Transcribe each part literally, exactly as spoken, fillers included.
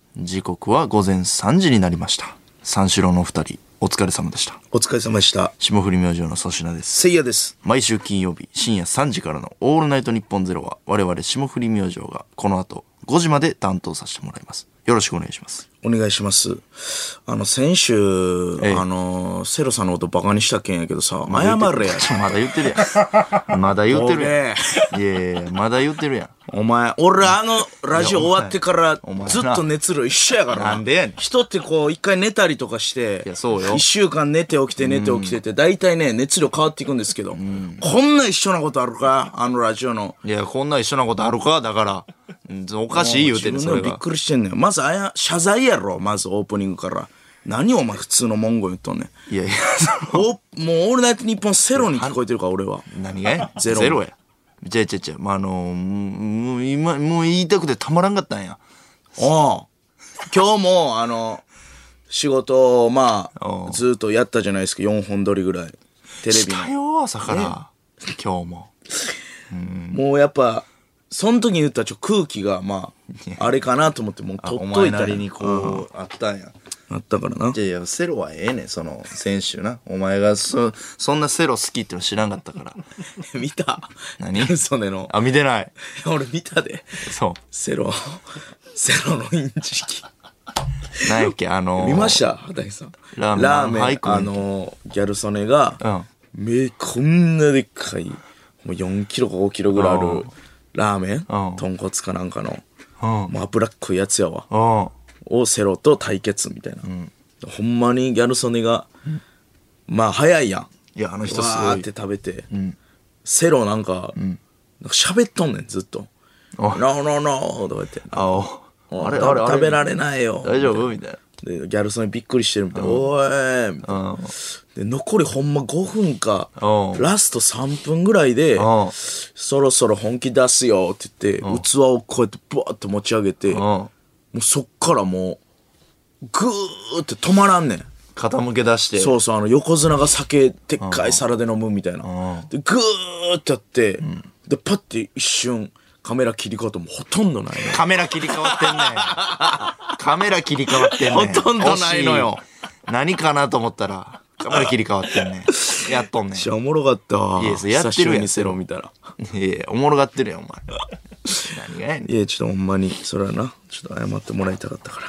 時刻は午前さんじになりました。三四郎のお二人、お疲れ様でした。 お疲れ様でした。 霜降り明星の粗品です。 せいやです。 毎週金曜日深夜さんじからのオールナイトニッポンゼロは我々霜降り明星がこの後ごじまで担当させてもらいます。よろしくお願いします。 お願いします。あの先週、ええ、あのセロさんのことバカにしたけんやけどさ、謝れや。 まだ言ってるやん。まだ言ってるやん。いやいや、まだ言ってるやん。 お前、俺あのラジオ終わってからずっと熱量一緒やからな。 なんでやねん。 人ってこう一回寝たりとかして、 いやそうよ。 一週間寝て起きて寝て起きてって、大体ね、熱量変わっていくんですけど、こんな一緒なことあるかあのラジオの。 いや、こんな一緒なことあるかだから、おかしい言うてんねん、それが。 びっくりしてんねん。まずあや、謝罪やろ、まずオープニングから。何お前普通の文言言っとんねん。 いやいや、 おもうオールナイトニッポンセロに聞こえてるから俺は。 何がやゼロ。 ゼロや。じゃあじゃあじゃあ、まあ、あのー、もう今、もう言いたくてたまらんかったんや。 おう今日も、あの、仕事を、まあ、ずっとやったじゃないですか、よんほん撮りぐらい。テレビの。 したよ、朝から。今日も。 うん、もうやっぱ、その時に言ったちょ空気が、まあ、あれかなと思って、もう撮っといた。お前なりにこう、あったんや。 あったからな。 いやいや、セロはええねん、その、先週な。お前がそ、そんなセロ好きっての知らんかったから。 見た？ 何？ それの。 あ、見てない。 俺見たで。 そう。 セロ、セロのインチキ。 何やっけ、あのー、 見ました畑さん。 ラーメン。 ラーメン、あのー、ギャル曽根が、 うん。 め、こんなでっかい、もうよんキロかごキロぐらいあるラーメン、うん、豚骨かなんかの、うん、もう脂っこいやつやわ。うんをセロと対決みたいな、うん、ほんまにギャル曽根が、うん、まあ早いやん。 いやあの人すごいわーって食べて、 うん、 セロなんか、うん、なんか喋っとんねんずっと「ノーノーノー」とか言って「 ああれあれ食べられないよ大丈夫?」みたいなでギャル曽根びっくりしてるみたいな「おーい」みたいなで残りほんまごふんかラストさんぷんぐらいで「そろそろ本気出すよ」って言って器をこうやってバーッと持ち上げてもうそっからもうグーって止まらんねん。 傾け出してそうそう、あの横綱が酒でっかい皿で飲むみたいなでグーってやって、うん、でパッて一瞬カメラ切り替わってもほとんどないの。 カメラ切り替わってんねんカメラ切り替わってんねんほとんどないのよ。 何かなと思ったらカメラ切り替わってんねんやっとんねん。 めっちゃおもろかったわ。 いややってるやんセロ見たら。 いやおもろがってるやんお前何がやねん。 いやちょっとほんまにそれはなちょっと謝ってもらいたかったから。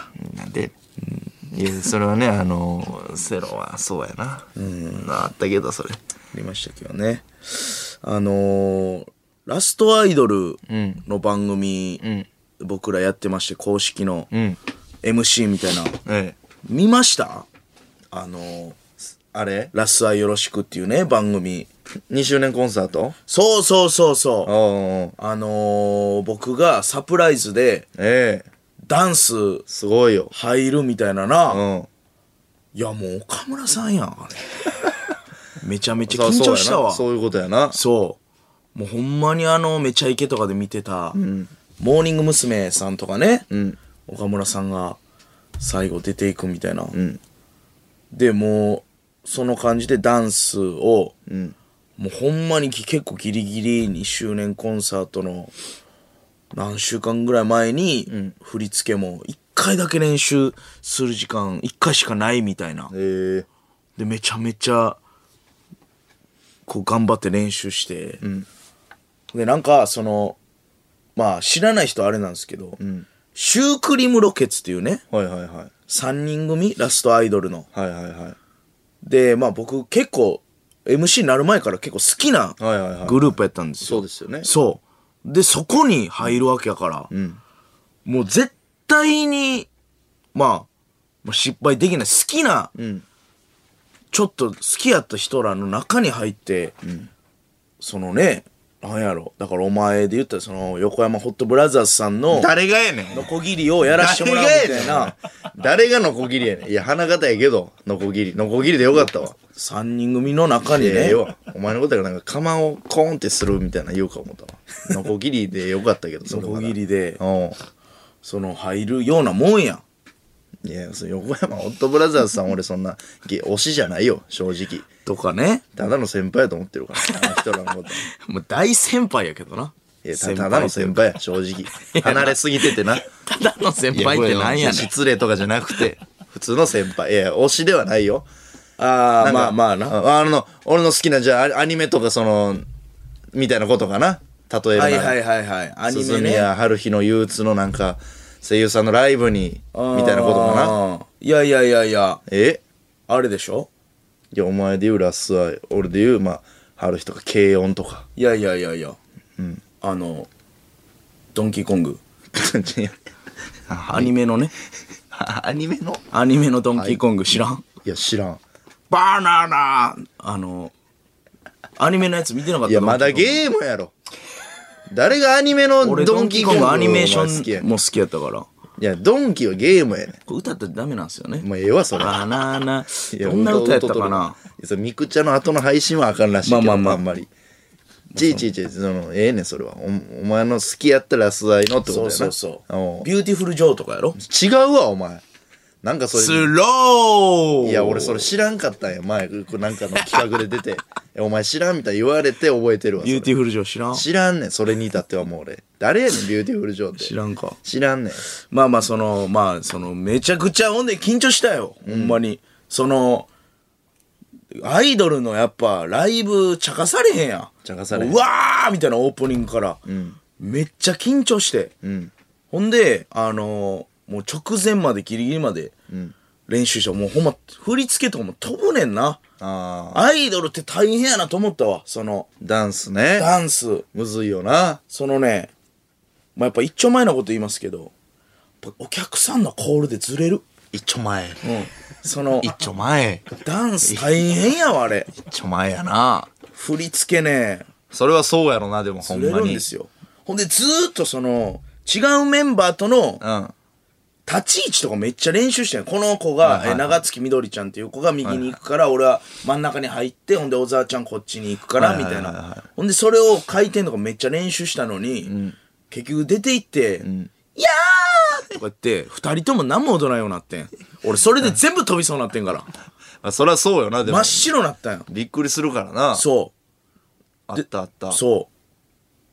なんで、うん、いやそれはねあのセロはそうやな、うん、あったけどそれありましたけどね。あのー、ラストアイドルの番組、うん、僕らやってまして公式の エムシー みたいな、 ええ、 見ました？あのー、あれラスアイよろしくっていうね番組にしゅうねんコンサート。 そうそうそうそうあのー、僕がサプライズで、 ええ、 ダンスすごいよ入るみたいなな、 うん、 いやもう岡村さんやんあれめちゃめちゃ緊張したわ。 そういうことやな。 そうもうほんまにあのめちゃイケとかで見てた、うん、モーニング娘。さんとかね、うん、岡村さんが最後出ていくみたいな、うん、でもうその感じでダンスを、うん、もうほんまに結構ギリギリにしゅうねんコンサートの何週間ぐらい前に、うん、振り付けもいっかいだけ練習する時間いっかいしかないみたいな。 へー。 でめちゃめちゃこう頑張って練習して、うん、でなんかそのまあ知らない人あれなんですけど、うん、シュークリームロケッツっていうね、 はいはいはい、 さんにん組ラストアイドルの、 はいはいはい、 でまあ僕結構 エムシー になる前から結構好きなグループやったんですよ。 そうですよね。 そうでそこに入るわけやから、うん、もう絶対にまあ失敗できない好きな、うん、ちょっと好きやった人らの中に入って、うん、そのねなんやろだからお前で言ったらその横山ホットブラザーズさんの誰がやねんノコギリをやらしてもらうみたいな。 誰がノコギリやねん。いや花形やけどノコギリノコギリでよかったわ。 さんにん組の中にね、 お前のことがなんか釜をコーンってするみたいな言うか思ったわ。ノコギリでよかったけどノコギリでその入るようなもんやん。いやその横山ホットブラザーズさん俺そんな推しじゃないよ正直。 とかね。 ただの先輩やと思ってるからあの人らのこともう大先輩やけどな。 いや た, ただの先輩や正直離れすぎててなただの先輩ってなんやねん。 失礼とかじゃなくて、普通の先輩。いや、推しではないよ。 ああ、まあまあな。 ああの、俺の好きな、じゃあ、アニメとかその、みたいなことかな。例えば、 はいはいはいはい。アニメね。 鈴宮春日の憂鬱のなんか、声優さんのライブに、みたいなことかな。 いやいやいやいや。 えあれでしょ？ いや、お前で言うラスアイ、俺で言う、まあ、春日とか、軽音とか。 いやいやいやいや。うん。あの、ドンキーコング。アニメのね。 アニメのアニメのドンキーコング知らん？ いや、知らん。 バナナあの、アニメのやつ見てなかった？ いや、まだゲームやろ。誰がアニメのドンキーコングアニメーションも好きやったから。 いや、ドンキはゲームやねん。 歌ったらダメなんですよね。 もうええわ、それ。 バナナ。どんな歌やったかな。 いや、それミクチャの後の配信はあかんらしいけど、まあまあまあ、あんまり。ちいちいちい、その、ええねん、それは。お, お前の好きやったらラスアイのってことやな。 そうそうそう。ビューティフルジョーとかやろ？ 違うわ、お前。なんかそれ。 スローいや、俺それ知らんかったんや、前。なんかの企画で出て。お前知らんみたいに言われて覚えてるわ。 ビューティフルジョー知らん？ 知らんねん、それに至ってはもう俺。誰やねん、ビューティフルジョーって。 知らんか。 知らんねん。 まあまあ、その、まあ、その、めちゃくちゃ、ほんで緊張したよ。ほんまに。その、アイドルのやっぱ、ライブ、茶化されへんやん。 茶化されへん。 うわーみたいなオープニングから。うん、めっちゃ緊張して。うん、ほんで、あのー、もう直前までギリギリまで練習して、もうほんま、振り付けとかも飛ぶねんな。あアイドルって大変やなと思ったわ。その、 ダンスね。 ダンス。 むずいよな。 そのね、まあ、やっぱ一丁前なこと言いますけど、お客さんのコールでずれる。 一丁前。うん。 その、 一丁前。 ダンス大変やわ、あれ。 一丁前やな。 振り付けね。 それはそうやろな、でもほんまに。ずれるんですよ。ほんでずーっとその、違うメンバーとの、うん。立ち位置とかめっちゃ練習してん。この子が、はいはいはい、え長月みどりちゃんっていう子が右に行くから、はいはい、俺は真ん中に入って、ほんで小沢ちゃんこっちに行くから、みたいな、はいはいはいはい。ほんでそれを回転とかめっちゃ練習したのに、うん、結局出て行って、うん、いやーとか言って、二人とも何も踊らんようになってん。俺それで全部飛びそうになってんから。 あ、そりゃそうよな、でも。 真っ白になったんよ。 びっくりするからな。 そう。 あったあった。 そう。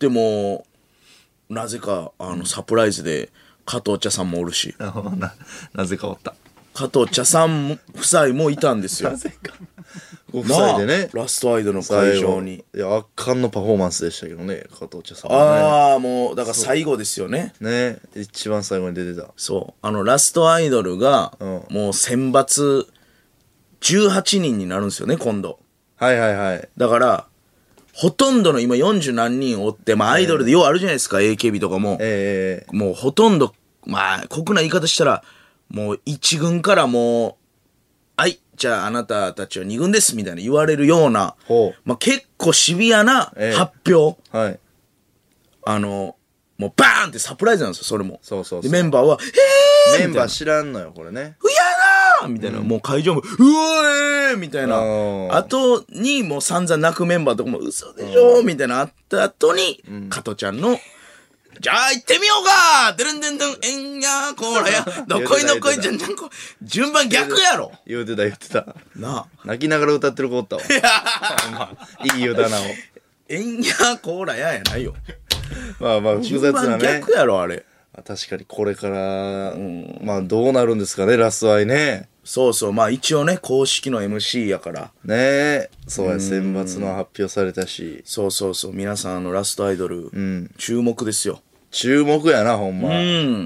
でも、なぜか、あの、サプライズで、加藤茶さんもおるし。 な、なぜかおった。 加藤茶さん夫妻もいたんですよ。 なぜか。ご夫妻でね。 ラストアイドルの会場に。 いや、圧巻のパフォーマンスでしたけどね、加藤茶さん、 ね。ああ、もう、だから最後ですよね。 ね。一番最後に出てた。 そう。あの、ラストアイドルが、うん、もう選抜じゅうはちにんになるんですよね、今度。 はいはいはい。 だから、ほとんどの今よんじゅう何人おって、まあアイドルでようあるじゃないですか、エーケービー とかも。ええー。もうほとんど、まあ、酷な言い方したら、もう一軍からもう、はい、じゃああなたたちは二軍です、みたいな言われるような、まあ結構シビアな発表。えー、はい。あの、もうバーンってサプライズなんですよ、それも。 そうそうそう。 で、メンバーは、 えーメンバー知らんのよ、これね。 うやだーみたいな、うん、もう会場も、うわーみたいな。後に、もう散々泣くメンバーとかも、嘘でしょみたいなあった後に、うん、加トちゃんの、じゃあ行ってみようかでるんでんでん、えんやこーらや、どこいどこいじゃんじゃんこ。順番逆やろ言うてた言ってた。 なあ。 泣きながら歌ってる子おったわ。いいよだなを。 えんやこーらややないよ。 まあまあ複雑なね。 順番逆やろあれ。 確かにこれから、うん、まあどうなるんですかね、ラスアイね。 そうそう、まあ一応ね、公式の エムシー やから。 ねえ、そうや、選抜の発表されたし。 そうそうそう、皆さんあのラストアイドル、うん、注目ですよ。 注目やな、ほんま。うん。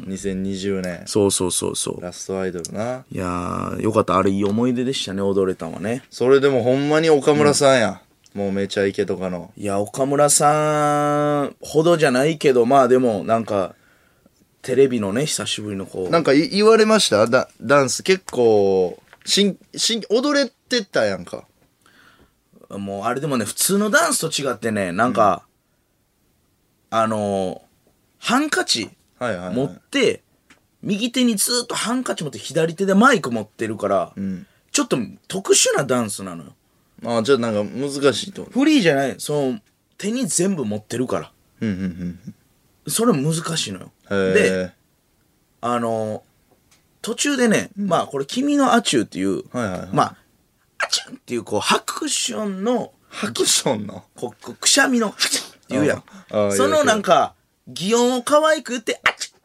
にせんにじゅうねん。 そうそうそうそう。 ラストアイドルな。 いやー、よかった。あれいい思い出でしたね、踊れたんはね。 それでもほんまに岡村さんや。うん、もうめちゃイケとかの。 いや、岡村さんほどじゃないけど、まあでもなんか、テレビのね、久しぶりのこう。 なんか言われましたダダンス結構、しん、しん、踊れてたやんか。 もうあれでもね、普通のダンスと違ってね、なんか、うん、あのー、ハンカチ持って、はいはいはい、右手にずっとハンカチ持って左手でマイク持ってるから、うん、ちょっと特殊なダンスなのよ。 ああ、じゃあなんか難しいと。 フリーじゃない。その、手に全部持ってるから。うんうんうん。それ難しいのよ。で、あの、途中でね、うん、まあこれ君のアチューっていう、はいはいはい、まあ、アチューっていうこう、ハクションの、 ハクションのこう、くしゃみの、ハチューって言うやん。そのなんか、擬音を可愛く言って、アチュー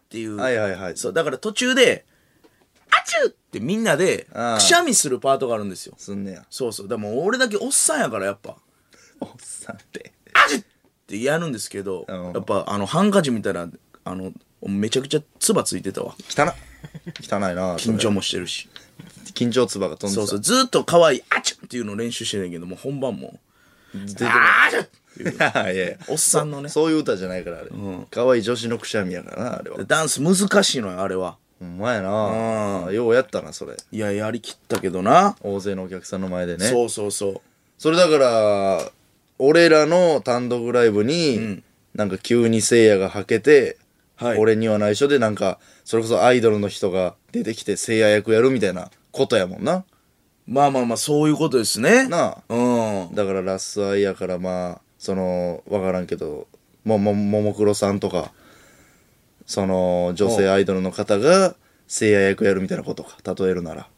っていう。 はいはいはい。 そう、だから途中で、あちゅってみんなで、くしゃみするパートがあるんですよ。 すんねや。 そうそう。でも俺だけおっさんやからやっぱ。 おっさんって。 あちゅってやるんですけど、 うん、 やっぱあの、ハンカチ見たら、あの、めちゃくちゃ唾ついてたわ。 汚っ。汚いな。 緊張もしてるし。 緊張唾が飛んでた。 そうそう。ずっと可愛い、あちゅっていうのを練習してないけど、もう本番も。あちゅっていう。 いやいやおっさんのね。 そういう歌じゃないからあれ。可愛い女子のくしゃみやからな、あれは。 ダンス難しいのよ、あれは。 ほんまやな。ようやったな、それ。 いや、やりきったけどな。 大勢のお客さんの前でね。 そうそうそう。 それだから、俺らの単独ライブに、うん、なんか急にせいやがはけて、はい、俺には内緒でなんか、それこそアイドルの人が出てきてせいや役やるみたいなことやもんな。 まあまあまあ、そういうことですね。 なあ。うん。だからラスアイやからまあ、その、わからんけど、も、も、ももクロさんとか、その女性アイドルの方が聖夜役やるみたいなことか、例えるなら。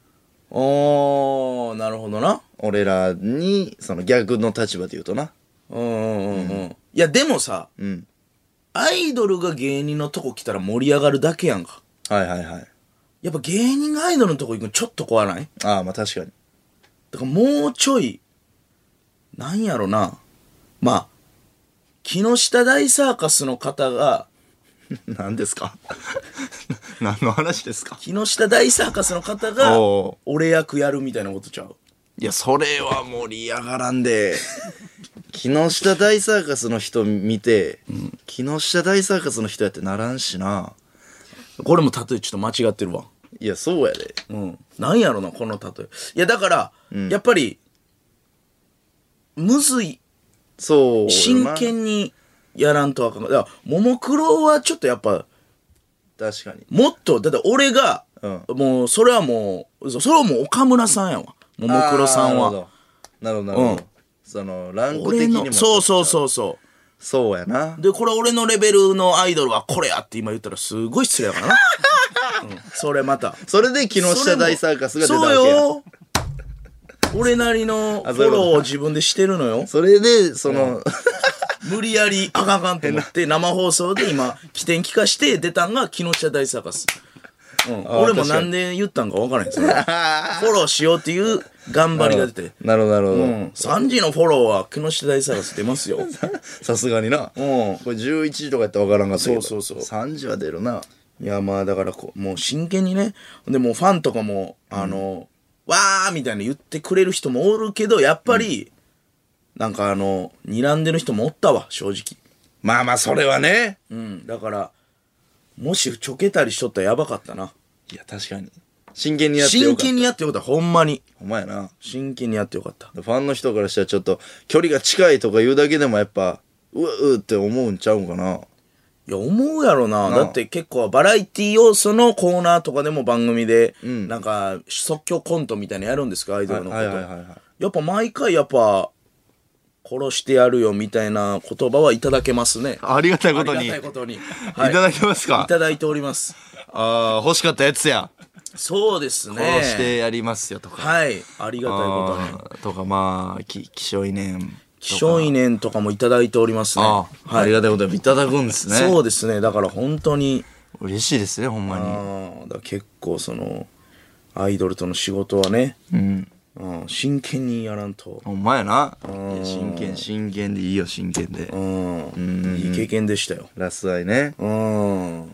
おー、なるほどな。 俺らにその逆の立場で言うとな。 うんうんうんうん。いやでもさ、 うん、 アイドルが芸人のとこ来たら盛り上がるだけやんか。 はいはいはい。 やっぱ芸人がアイドルのとこ行くのちょっと怖ない？ ああ、まあ確かに。 だからもうちょい、なんやろな。まあ、木下大サーカスの方が、 何ですか何の話ですか？ 木下大サーカスの方が俺役やるみたいなことちゃう？ いや、それは盛り上がらんで。木下大サーカスの人見て、うん、木下大サーカスの人やってならんしな。 これも例えちょっと間違ってるわ。 いや、そうやで。 うん。なんやろな、この例え。いや、だから、うん、やっぱり、むずい。 そう。 真剣にやらんとあかん。だから、ももクロはちょっとやっぱ、 確かに。 もっと、だって俺が、うん、もう、それはもう、それはもう岡村さんやわ。ももクロさんは。 なるほど、なるほど。うん、その、ランク的にも。 そうそうそうそう。 そうやな。 で、これ俺のレベルのアイドルはこれやって今言ったらすごい失礼やからな。うん、それまた。 それで木下大サーカスが出たわけや。 そうよ。俺なりのフォローを自分でしてるのよ。 それで、その、 無理やりあかんあかんと思って生放送で今起点聞かして出たんが木下大サーカス。うん、俺もなんで言ったんか分からへんすよ。フォローしようっていう頑張りが出て。 なるほどなるほど。うん、 さんじのフォローは木下大サーカス出ますよ。 さすがにな。うん。これじゅういちじとかやったら分からんかったけど。そうそうそう。さんじは出るな。 いやまあだからこもう真剣にね。でもうファンとかもあの、うん、わーみたいな言ってくれる人もおるけどやっぱり、うん、なんかあの睨んでる人もおったわ正直。 まあまあそれはね。 うん。だからもしちょけたりしとったらやばかったな。 いや確かに真剣にやってよかった。 真剣にやってよかった。ほんまにほんまやな。 真剣にやってよかった。 ファンの人からしたらちょっと距離が近いとか言うだけでもやっぱうわうって思うんちゃうんかな。 いや思うやろな。だって結構バラエティ要素のコーナーとかでも番組で、うん、なんか即興コントみたいなのやるんですかアイドルのこと、はいはいはいはい、やっぱ毎回やっぱ殺してやるよみたいな言葉はいただけますね。 ありがたいことに。ありがたいことに。 はい、いただけますか。 いただいております。 ああ、欲しかったやつや。 そうですね。 殺してやりますよとか。 はい。ありがたいことに。 とかまあ、き、気象い年。 気象い年とかもいただいておりますね。あ、 はい、ありがたいことにいただくんですね。 そうですね。だから本当に。 嬉しいですね、ほんまに。 あだ結構その、アイドルとの仕事はね。うん。うん、真剣にやらんと。 ほんまやな。いや真剣、真剣でいいよ、真剣で。うん。 うん、いい経験でしたよ。 ラスアイね。うん。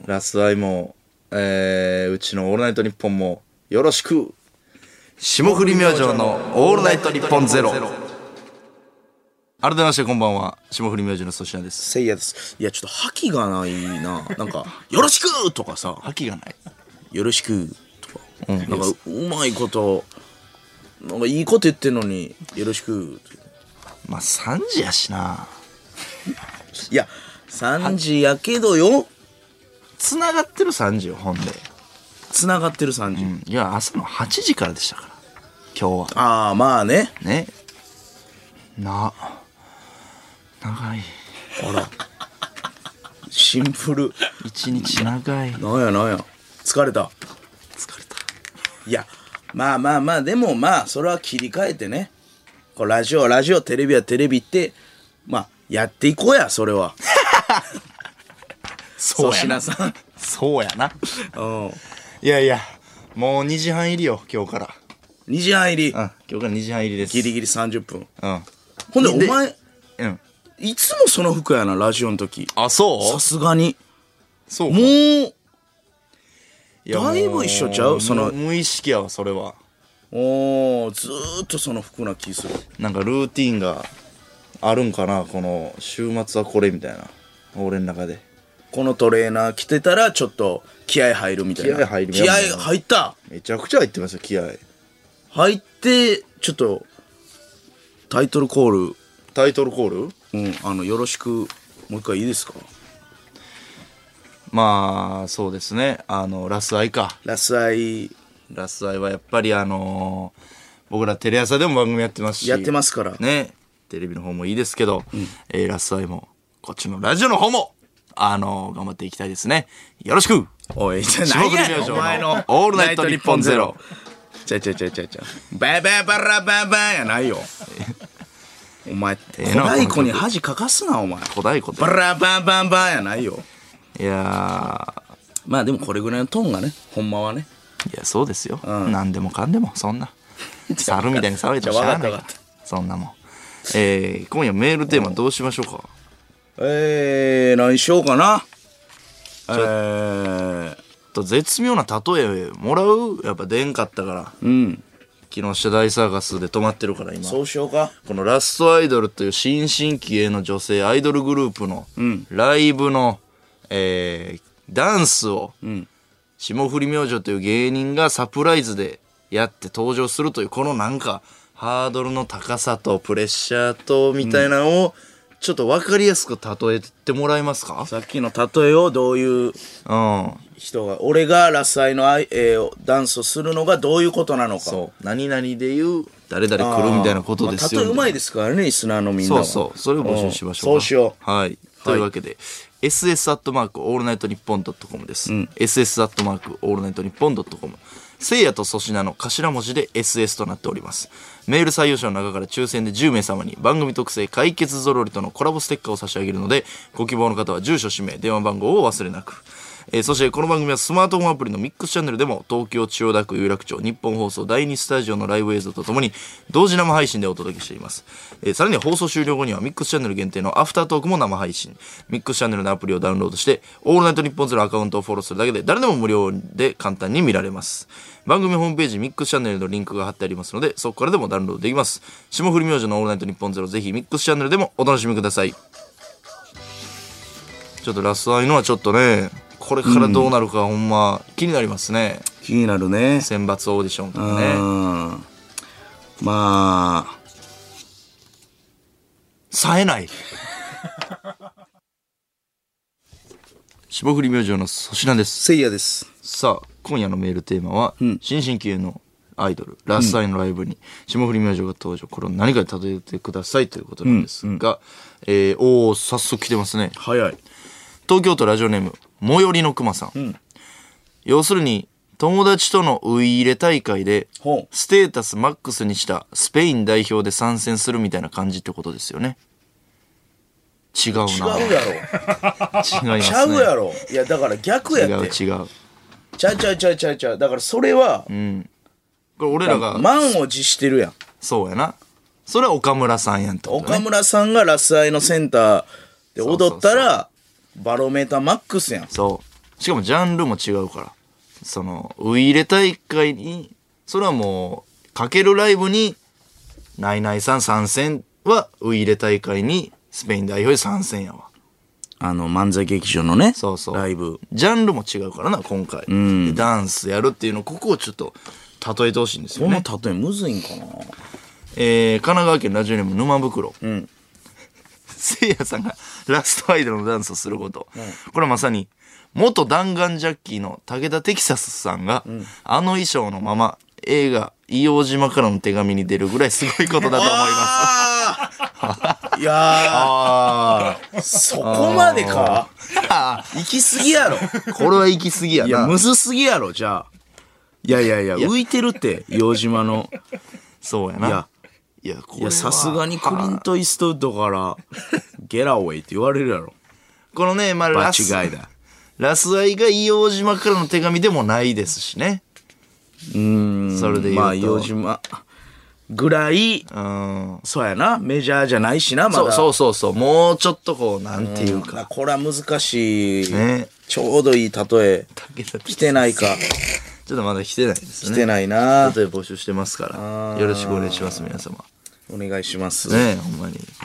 ラスアイも、えー、うちのオールナイトニッポンもよろしく。霜降り明星のオールナイトニッポンゼロ。改めましてこんばんは。霜降り明星の粗品です。 せいやです。いや、ちょっと覇気がないな。なんか、よろしくとかさ。 覇気がない。 よろしくとか。うん。なんか、うまいこと、なんかいいこと言ってんのに、よろしく。 まあ、さんじやしな。 いや、さんじやけどよ。 つながってるさんじよ、ほんで。 つながってるさんじ。うん、 いや、朝のはちじからでしたから。今日は。 ああ、まあね。 ね。な、長い。 あら。シンプル。 一日長い。 なんやなんや。疲れた。 疲れた。 いや、まあまあまあ、でもまあ、それは切り替えてね。こうラジオはラジオ、テレビはテレビって、まあ、やっていこうや、それは。 そうやな。粗品さん。 そうやな。 うんいやいや、もうにじはん入りよ、今日から。 にじはん入り、 うん、今日からにじはん入りです。 ギリギリさんじゅっぷん。 うん。 ほんでお前うん。 いつもその服やな、ラジオの時。 あ、そうさすがにそうか。 もういやだいぶ一緒ちゃうもその無意識やわ、それは。 おーずーっとその服な気する。 なんかルーティンがあるんかな、この週末はこれみたいな。俺の中で。 このトレーナー着てたらちょっと気合入るみたいな。 気合入る気合入っためちゃくちゃ入ってますよ、気合。 入ってちょっとタイトルコール、 タイトルコールうんあのよろしくもう一回いいですか。 まあ、そうですね。あの、ラスアイか。 ラスアイラスアイはやっぱりあのー僕らテレ朝でも番組やってますし。 やってますから。 ね。テレビの方もいいですけど、えーラスアイも、こっちのラジオの方も、あのー頑張っていきたいですね。よろしくおい、じゃ霜降り何やねん明星のお前のオールナイトニッポンゼロ。 ちゃちゃちゃちゃちゃバーバーバラバーバーやないよ。お前ええな小太鼓に恥かかすなお前。 小太鼓ってバラバーバーバーやないよ。 いやまあでもこれぐらいのトーンがね、ほんまはね。 ーいやそうですよ、 ん何でもかんでもそんな猿みたいに騒いでもしゃあないじゃあ分かった分かそんなもん。えー、今夜メールテーマどうしましょうか。 えー、何しようかな。えー、 と絶妙な例えもらう。やっぱ出んかったからうん、 木下大サーカスで止まってるから今。 そうしようか。 このラストアイドルという新進気鋭の女性アイドルグループのライブの、えーダンスをん霜降り明星という芸人がサプライズでやって登場するというこのなんかハードルの高さとプレッシャーとみたいなのをちょっと分かりやすく例えてもらえますか。 さっきの例えをどういううん人が、俺がラスアイのアイ、えーダンスをするのがどういうことなのか。 そう何々で言う誰々来るみたいなことですよ、 まあ、例えうまいですからね、リスナーのみんなは。 そうそうそれを募集しましょうか、 んそうしよう。 はいというわけで、エスエス アットマークオールナイトニッポンドットコムです、エスエス アットマークオールナイトニッポンドットコム。せいやと粗品の頭文字で エスエス となっております。メール採用者の中から抽選でじゅうめい様に番組特製解決ぞろりとのコラボステッカーを差し上げるので、ご希望の方は住所氏名電話番号をお忘れなく。えーそしてこの番組はスマートフォンアプリのミックスチャンネルでも東京千代田区有楽町日本放送だいにスタジオのライブ映像とともに同時生配信でお届けしています、えーさらに放送終了後にはミックスチャンネル限定のアフタートークも生配信。ミックスチャンネルのアプリをダウンロードしてオールナイトニッポンゼロアカウントをフォローするだけで誰でも無料で簡単に見られます。番組ホームページミックスチャンネルのリンクが貼ってありますのでそこからでもダウンロードできます。霜降り明星のオールナイトニッポンゼロぜひミックスチャンネルでもお楽しみください。ちょっとラスアイのはちょっとねこれからどうなるかほんま気になりますね、 気になるね。 選抜オーディションとかうね。 ん。まあ、 冴えない霜降り明星の粗品です。 せいやです。 さあ今夜のメールテーマは、新進気鋭のアイドルラスアイのライブに霜降り明星が登場、これを何かで例えてくださいということなんですが、えー、おー早速来てますね。 早い。 東京都ラジオネーム最寄りのくまさん、要するに友達とのウイイレ大会でほうステータスマックスにしたスペイン代表で参戦するみたいな感じってことですよね。違うな。 違うやろ。 違いますね。 ちゃうやろ。いや、だから逆やって。 違う違う。 ちゃうちゃうちゃうちゃうちゃう。だからそれは、 これ俺らが満を持してるやん。 そうやな。それは岡村さんやんってことね。 岡村さんがラスアイのセンターで踊ったら、バロメーターマックスやん。 そう。しかもジャンルも違うから。その、ウイイレ大会に、それはもう、かけるライブに、ナイナイさん参戦は、ウイイレ大会に、スペイン代表で参戦やわ。 あの、漫才劇場のね、 そうそう。 ライブ。 ジャンルも違うからな、今回。でダンスやるっていうの、ここをちょっと、例えてほしいんですよこのね。 例えむずいんかな。 えー、神奈川県ラジオネーム沼袋。せいやさんがラストアイドルのダンスをすること。これはまさに、元弾丸ジャッキーの武田テキサスさんが、あの衣装のまま映画硫黄島からの手紙に出るぐらいすごいことだと思います。 いやー、そこまでか行き過ぎやろ。 これは行き過ぎやな。 いや、むずすぎやろ、じゃあ。いやいやいや、浮いてるって、硫黄島の。 そうやな。 いや、 いや、こいや、 れはさすがにクリント・イーストウッドから、ゲラウェイって言われるやろ。 このね、まあ、ラス間違いだ。 ラスアイが硫黄島からの手紙でもないですしね。 うーん。 それで言うと。 まあ、硫黄島ぐらい、 うん。 そうやな。メジャーじゃないしな、まだ。 そうそうそうそう。もうちょっとこう、なんていううんか。 これは難しい。 ね。 ちょうどいい例え。来てないか。 ちょっとまだ来てないですね。 来てないな。 例え募集してますから。よろしくお願いします、皆様。 お願いします。 ねえ、ほんまに。 うん。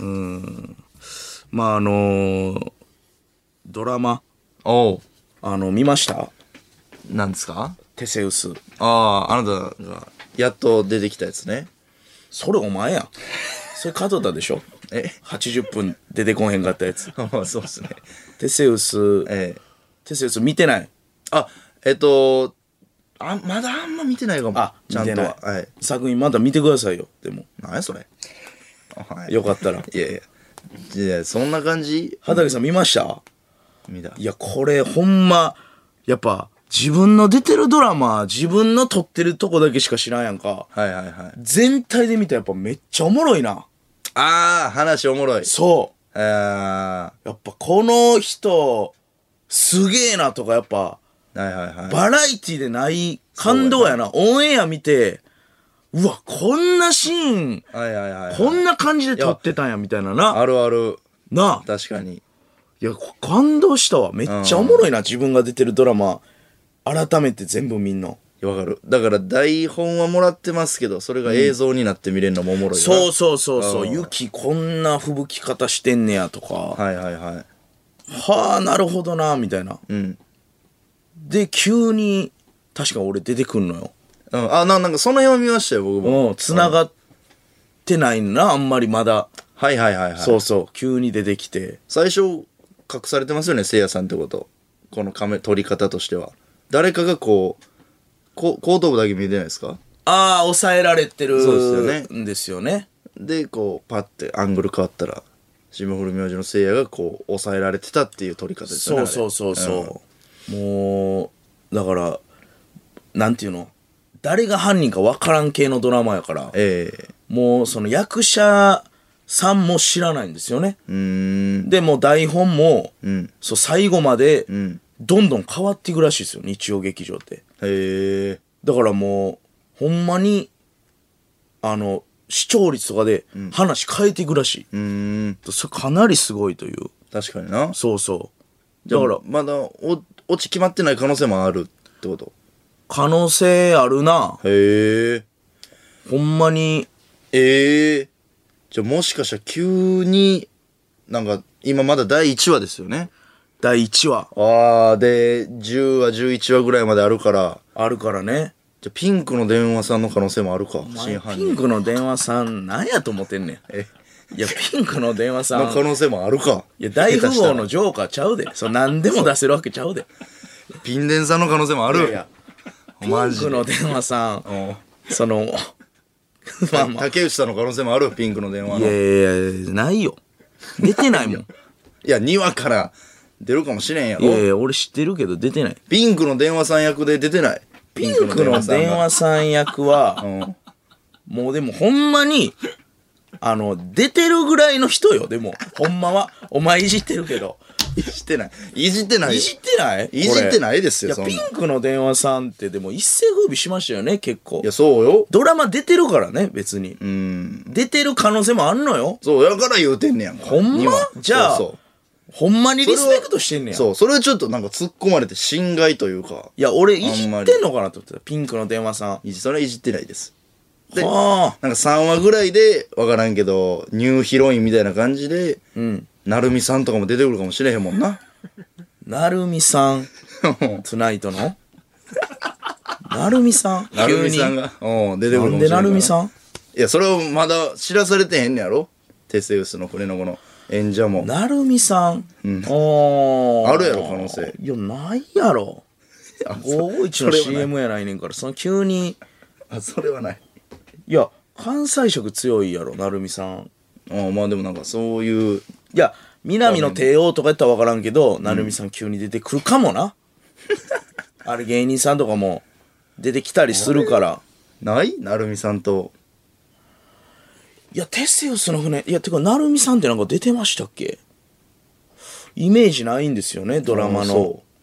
まあ、あのー、ドラマ、 おう。 あの、見ました？ なんですか？ テセウス。 ああ、あなたが、やっと出てきたやつね。 それお前やん。それ加藤田でしょ？ えはちじゅっぷん出てこへんかったやつ。 あそうっすね。 テセウス、 ええ。 テセウス見てない？ あ、えっと、あ、まだあんま見てないかも。 あ、 ちゃんとは。 見てない。 はい。 作品まだ見てくださいよ。でも。 何やそれ。はいよかったら。 いやいや。いや、そんな感じ畑さん見ました？ 見た。 いや、これほんま、やっぱ、自分の出てるドラマ、自分の撮ってるとこだけしか知らんやんか。 はいはいはい。 全体で見たらやっぱめっちゃおもろいな。 ああ、話おもろい。 そああ、 う。やっぱこの人、すげえなとかやっぱ、 はいはいはい。 バラエティでない感動やな。オンエア見て、うわ、こんなシーン、 はいはいはいはい。 こんな感じで撮ってたんや、みたいなな。 あるある。 なあ。 確かに。 いや、感動したわ。めっちゃおもろいな、自分が出てるドラマ。改めて全部見んの。 わかる。だから台本はもらってますけど、それが映像になって見れるのもおもろいな。 そうそうそうそう。 うん雪こんな吹雪き方してんねやとか。 はいはいはい。 はあ、なるほどな、みたいな。 うん。 で、急に、確か俺出てくんのよ。 うん。あ、ななんかその辺は見ましたよ、僕も。 うん、繋がってないな、あんまりまだ。 はいはいはいはい。 そうそう、急に出てきて。 最初、隠されてますよね、せいやさんってこと。このカメ、撮り方としては。誰かがこう、こ後頭部だけ見えてないですか？ ああ、抑えられてるそうですよねんですよね。 で、こう、パッてアングル変わったら、霜降り明星のせいやがこう、抑えられてたっていう撮り方ですよね。 そうそうそうう。 そう。もう、だから、なんていうの、誰が犯人か分からん系のドラマやから、 ええもうその役者さんも知らないんですよね。 うーん。 で、もう台本も、 うん。 そう最後まで、 んどんどん変わっていくらしいですよ、日曜劇場って。 へえ。 だからもう、ほんまに、あの、視聴率とかで話変えていくらしい。 うーん。 それかなりすごいという。 確かにな。 そうそう。 だか、 だからら、 まだお、落ち決まってない可能性もあるってこと。 可能性あるな。 へえ。 ほんまに、 ええ。じゃあもしかしたら急に、なんか、今まだだいいちわですよね。 だいいちわああ、で、じゅうわ、じゅういちわぐらいまであるから、 あるからね。 じゃあピンクの電話さんの可能性もあるか。 お前真犯人ピンクの電話さん、なんやと思ってんねん。 えいや、ピンクの電話さん、 の可能性もあるか。 いや、大富下手したら豪のジョーカーちゃうで。そう、何でも出せるわけちゃうで。 ピンデンさんの可能性もある。 いやいや、ピンマジでクの電話さん、 うんその、まあまあ、 竹内さんの可能性もある。ピンクの電話いの。いやいや、ないよ。出てないもん。 や、にわから出るかもしれんやろ。 いやいや、俺知ってるけど出てない。 ピンクの電話さん役で出てない。 ピンクの電話さん役は、 うん。 もうでもほんまに、あの、出てるぐらいの人よ、でも。ほんまは。お前いじってるけど。 いじってない。いじってない。 いじってないいじってないですよ、 いや、 そんな。 ピいンクの電話さんってでも一世風靡しましたよね、結構や、。そうよ。 ドラマ出てるからね、別に。 うん。 出てる可能性もあんのよ。 そう、やから言うてんねやんか。 ほんまにわじゃあそうそうほんまにリスペクトしてんねや。 そう、それはちょっとなんか突っ込まれて侵害というか、 いや、俺いじあんまりってんのかなと思ってた。ピンクの電話さん。 いじそれはいじってないです。ではあ。 なんかさんわぐらいで、わからんけど、ニューヒロインみたいな感じで、 うん。 なるみさんとかも出てくるかもしれへんもんな。 なるみさん。トゥナイトのなるみさんなるみさん急にが、うん、出てくるかなんでもしれへんから。 なるみさんいや、それをまだ知らされてへんねやろテセウスの船の子の演者も。 なるみさん。うん。ああるやろ可能性いや、ないやろ。ごーごいちの シーエム やないねんから、その急に、 あ、それはない。 いや、関西色強いやろ、なるみさん。 あまあでもなんかそういう、 いや、南の帝王とかやったら分からんけど、なるみさん急に出てくるかもな。あれ芸人さんとかも出てきたりするから。 ないなるみさんと。 いや、テセウスの船、いや、てか、なるみさんってなんか出てましたっけ？イメージないんですよね、ドラマの。 そ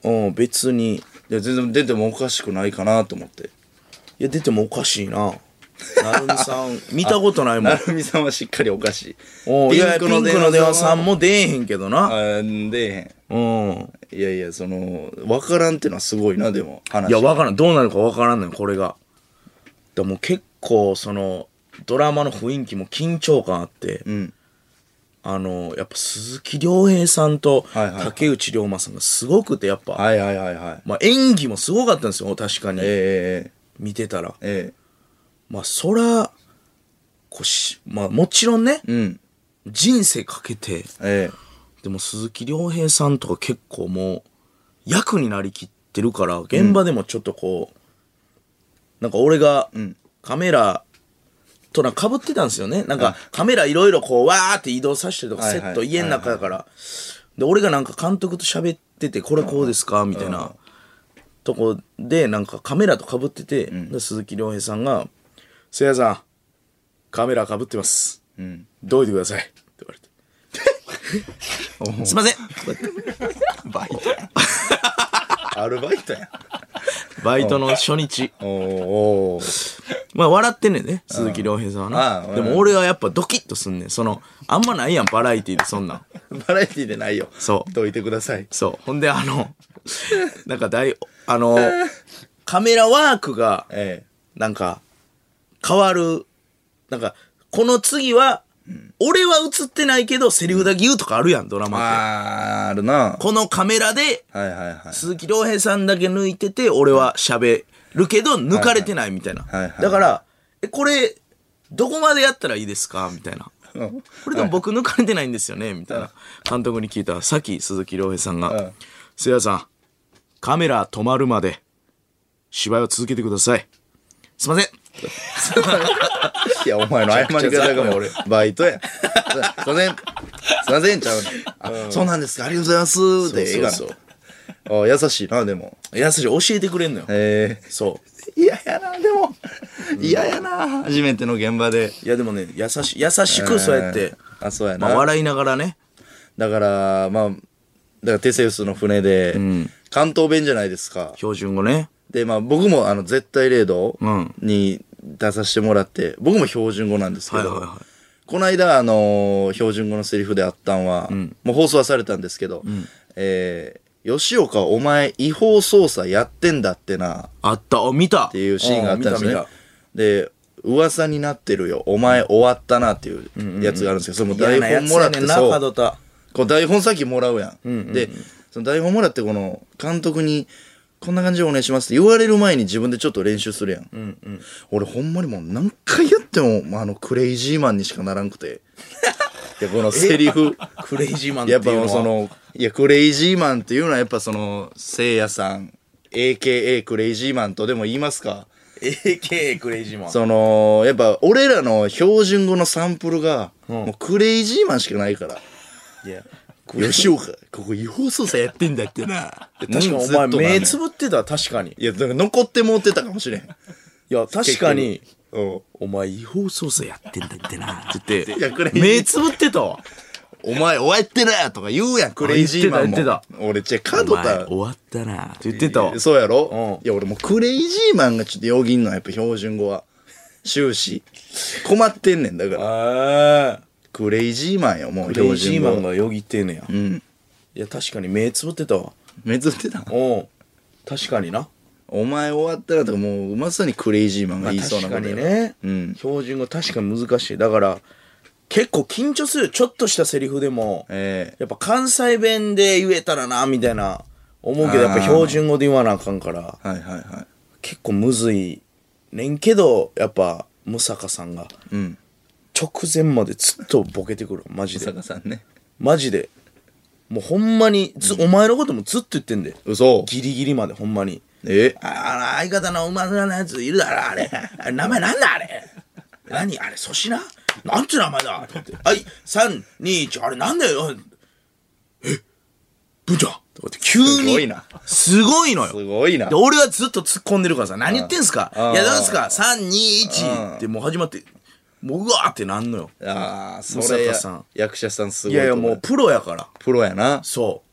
うん別にいや全然出てもおかしくないかなと思って。 いや出てもおかしいな。なるみさん見たことないもん。 なるみさんはしっかりおかしい。 おいやピンクの電話さんも出えへんけどな。 あ出えへん。うん。 いやいやその分からんっていうのはすごいなでも話。 いや分からんどうなるか分からんのよこれが。でも結構そのドラマの雰囲気も緊張感あって、うん、あのやっぱ鈴木亮平さんと竹内涼真さんがすごくてやっぱ、 はいはいはいはい、 まあ、演技もすごかったんですよ確かに、 えー、 見てたら、 えー、 まあそらこうし、まあ、もちろんね、うん、人生かけて、えー、でも鈴木亮平さんとか結構もう役になりきってるから現場でもちょっとこう、うん、なんか俺がカメラとなんか被ってたんですよね。なんかカメラいろいろこうわーって移動させてとかセット家の中だから。で、俺がなんか監督と喋っててこれこうですかみたいなとこでなんかカメラと被ってて、で鈴木亮平さんがせいやさんカメラ被ってます。どいてくださいって言われて。すいませんバイトや。アルバイトや。 バイトの初日。おお。まあ笑ってんねんね、鈴木亮平さんはな。でも俺はやっぱドキッとすんねん。その、あんまないやん、バラエティでそんなん。 バラエティでないよ。 そう。 どいてください。 そう。ほんであの、なんか大、あの、カメラワークが、なんか、変わる。なんか、この次は、俺は映ってないけどセリフだけ言うとかあるやんドラマって。 あーあるな。 このカメラで、 はいはいはい、 鈴木亮平さんだけ抜いてて俺は喋るけど抜かれてないみたいな、はいはい、だからえこれどこまでやったらいいですかみたいな、うん、これでも僕抜かれてないんですよねみたいな監督に聞いたらさっき鈴木亮平さんが「せいやさんカメラ止まるまで芝居を続けてくださいすいません」 いやお前の謝り方がもう俺バイトや。すいませんすいませんちゃうの、うん、そうなんですかありがとうございますでええがな。そうそうそう。あ優しいなでも。 優しい教えてくれんのよ。へえ。そう嫌やなでも嫌やな初めての現場で。 いやでもね優し優しくそうやって、 あそうやな、 まあ、笑いながらね。 だからまあだからテセウスの船で、うん、関東弁じゃないですか標準語ね。 でまあ僕もあの絶対零度に出させてもらって、うん、僕も標準語なんですけど、はいはいはい、この間あのー、標準語のセリフであったんは、うん、もう放送はされたんですけど、うん、えー、吉岡お前違法捜査やってんだってなあったあ見たっていうシーンがあったんですね。で噂になってるよお前終わったなっていうやつがあるんですけど、その台本もらってそうこう台本先もらうやん、うんうんうん、でその台本もらってこの監督にこんな感じでお願いしますって言われる前に自分でちょっと練習するやん、うんうん、俺ほんまにもう何回やっても、まあ、あのクレイジーマンにしかならんくていやこのセリフクレイジーマンっていうのはやっぱそのいやクレイジーマンっていうのはやっぱそのせいやさん エーケーエー クレイジーマンとでも言いますかエーケーエー クレイジーマンそのやっぱ俺らの標準語のサンプルが、うん、もうクレイジーマンしかないからいや吉岡ここ違法捜査やってんだってな確かにお前目つぶってた確かにいやだから残ってもってたかもしれんいや確かにお前違法捜査やってんだってなって言って目つぶってたわお前終わってなとか言うやんクレイジーマンも言ってた俺じゃ角田終わったなって言ってたわそうやろ、うん、いや俺もうクレイジーマンがちょっとよぎんのやっぱ標準語は終始困ってんねんだからあクレイジーマンよもうクレイジーマンがよぎってんねや、うん、いや確かに目つぶってたわ目つぶってたお確かになお前終わったらとかもうまさにクレイジーマンが言いそうなことや、まあ、 確かにね、うん、標準語確かに難しいだから結構緊張するちょっとしたセリフでも、えー、やっぱ関西弁で言えたらなみたいな思うけどやっぱ標準語で言わなあかんからはいはいはい結構むずいねんけどやっぱ六坂さんが、うん直前までずっとボケてくるマジで坂さんねマジでもうほんまにず、うん、お前のこともずっと言ってんで嘘ギリギリまでほんまにえああ相方の馬面のやついるだろあれあれ名前なんだあれ何あれ粗品なんて名前だって言ってはいさんにいちあれなんだよえ文ちゃんとかって急にすごいなすごいのよすごいなで俺はずっと突っ込んでるからさ何言ってんすかいやなんすかさんにいちってもう始まってもううわーってなんのよああそれや役者さんすごいいやいやもうプロやからプロやなそ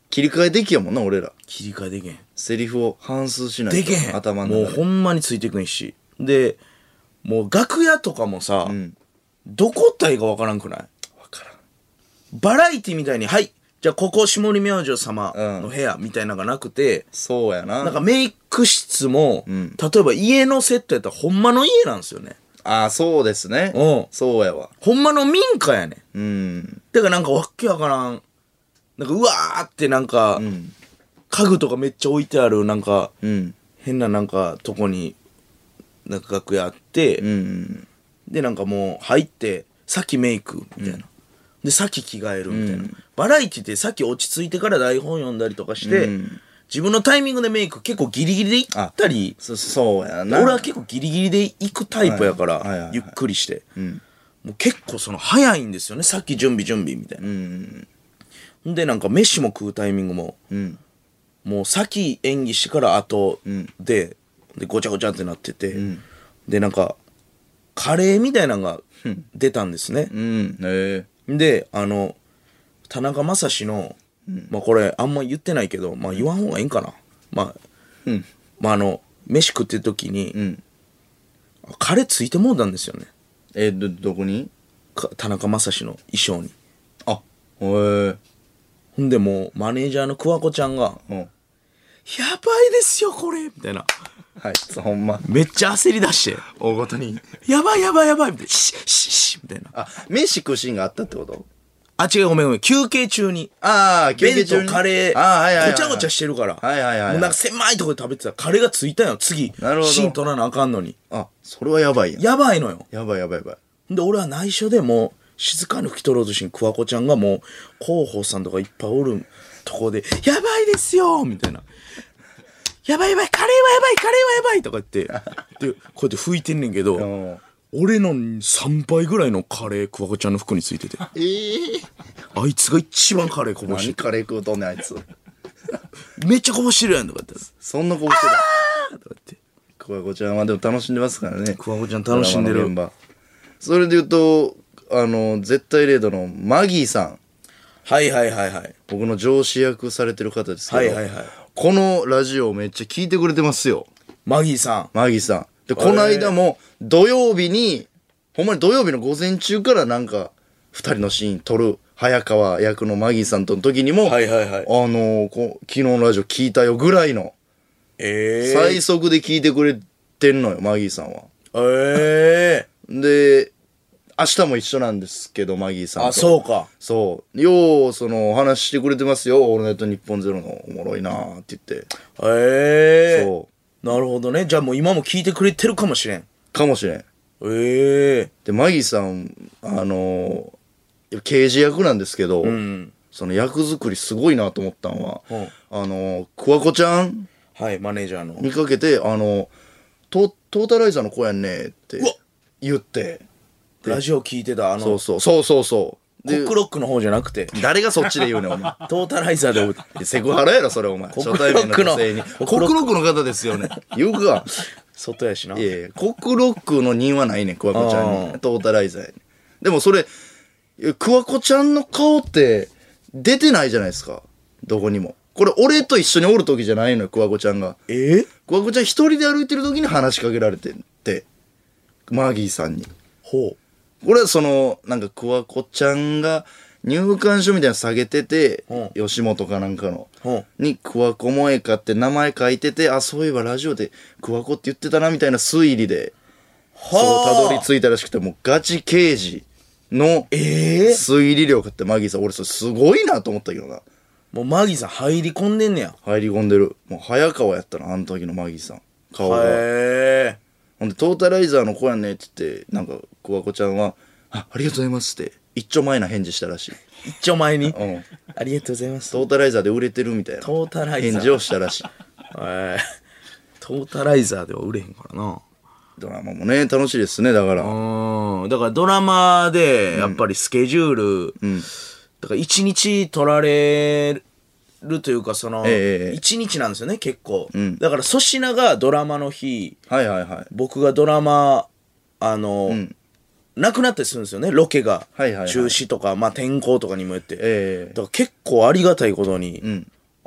切り替えできやもんな、俺ら。 切り替えできへん。 セリフを反数しないと。 できへん。もう頭の中で。 ほんまについていくんし。で、もう楽屋とかもさ、 んどこったらいいかわからんくない？ わからん。 バラエティみたいに、はい、じゃあここ下り明星様の部屋みたいなのがなくて、 そうやな。 なんかメイク室も、 ん例えば家のセットやったらほんまの家なんですよね。 ああ、そうですね。 うんそうやわ。 ほんまの民家やねん。 うん。 だからなんかわっけわからん。なんかうわーってなんか、 ん家具とかめっちゃ置いてあるなんか、 うん。 変ななんかとこに、なんか楽屋あって、 うん。 でなんかもう入ってさっきメイクみたいな、でさっき着替えるみたいな、バラエティってさっき落ち着いてから台本読んだりとかして、 うん自分のタイミングでメイク結構ギリギリで行ったり、 そ、そうやな。 俺は結構ギリギリで行くタイプやから、 はいはいはいはいゆっくりして、 んもう結構その早いんですよね、さっき準備準備みたいな、 うん。 でなんか飯も食うタイミングも、 うん。 もう先演技してから後んで、でごちゃごちゃってなってて、 んでなんかカレーみたいなのが出たんですね、 うん。ええ。 であの田中将司の、まあこれあんま言ってないけど、まあ言わん方がいいんかな、まあ、 うん。 まああの飯食ってる時に、 うん。 カレーついてもうたんですよね、 え、ど、どこに？ か田中将司の衣装に。 あ、へえ。 ほんでもうマネージャーの桑子ちゃんがうん。 「やばいですよこれ」みたいな、 はい、そうほんま。 めっちゃ焦り出して大ごとに。 「やばいやばいやばい」みたいな「シッシッシッ」みたいな。 あ、飯食うシーンがあったってこと？ あ、違う、ごめんごめん。休憩中に。 ああ、休憩弁中に当カレー、 ああ、はいはいはい。 ごちゃごちゃしてるから。 はいはいはいはいもうなんか狭いとこで食べてたらカレーがついたよ、次。 なるほどシーン取らなあかんのに。 あ、それはやばいやん。 やばいのよ。 やばいやばいやばい。 で、俺は内緒でもう、静かに吹き取ろうとしに、桑子ちゃんがもう、広報さんとかいっぱいおるとこで、やばいですよみたいな。やばいやばい、カレーはやばい、カレーはやばいとか言って、で、こうやって拭いてんねんけど、 うん俺のさんばいぐらいのカレー、桑子ちゃんの服についてて。 ええあいつが一番カレーこぼしてて、 何カレー食うとんねん、あいつ。 めっちゃこぼしてるやんとか言って。 そんなこぼしてた。 とか言って。 クワコちゃんはでも楽しんでますからね。 桑子ちゃん楽しんでるドラマの現場。それで言うと、あの、絶対レードのマギーさん。 はいはいはいはい。 僕の上司役されてる方ですけど、 はいはいはい。 このラジオめっちゃ聞いてくれてますよ。 マギーさん。 マギーさん。で、この間も土曜日に、ほんまに土曜日の午前中からなんか、二人のシーン撮る、早川役のマギーさんとの時にも、 はいはいはいあのこ昨日のラジオ聞いたよぐらいの、 ええ最速で聞いてくれてんのよ、マギーさんは。 ええで、明日も一緒なんですけど、マギーさんと。 あ、そうか。 そう。よう、その、お話ししてくれてますよ。オールナイトニッポンゼロのおもろいなーって言って。 ええそう。 なるほどね。じゃあもう今も聞いてくれてるかもしれん。 かもしれん。 ええで、マギーさん、あのー、刑事役なんですけど、 うん。 その役作りすごいなと思ったんは、 うんあのー、クワコちゃんはい、マネージャーの。 見かけて、あの、トトータライザーの子やんねってうわ言って、 ラジオ聞いてた、あの、 そうそう、そうそうそう。でコックロックの方じゃなくて、 誰がそっちで言うねん、お前。 トータライザーでお、 セクハラやろ、それ、お前。 コックロックの初対面の女性に。コックロックの方ですよね。言うか。 外やしな。 いやいや、コックロックの任はないねん、クワコちゃんあーに。トータライザーやねん。でもそれ、いやクワコちゃんの顔って出てないじゃないですか。どこにも。これ、俺と一緒におる時じゃないのよ、クワコちゃんが。 ええクワコちゃん一人で歩いてる時に話しかけられてんって。マギーさんに。 ほこれはその、なんかクワコちゃんが入館証みたいなの下げてて、 うん吉本かなんかの。 う。ほう。 に、クワコ萌えかって名前書いてて、あ、そういえばラジオでクワコって言ってたな、みたいな推理で、そう、たどり着いたらしくて、もうガチ刑事のええ推理力ってマギーさん、俺それすごいなと思ったけどな。 もうマギーさん入り込んでんねや。 入り込んでる。もう早川やったな、あの時のマギーさん。顔が。 へえ。 ほんで、トータライザーの子やねって言って、なんか、クワコちゃんは、あ、ありがとうございますって、一丁前な返事したらしい。 一丁前に。 うん。 ありがとうございます。 トータライザーで売れてるみたいな。 トータライザー返事をしたらしい。 ええトータライザーでは売れへんからな。 ドラマもね、楽しいですね、だから。 うん。だからドラマで、やっぱりスケジュール、 うん。 だから一日取られるというか、その、 ええ一日なんですよね、結構。 んだから粗品がドラマの日、 はいはいはい。 僕がドラマ、あの、 んなくなったりするんですよね、ロケが。 はいはいはい中止とか、まあ天候とかにもよって。 ええだから結構ありがたいことに、 ん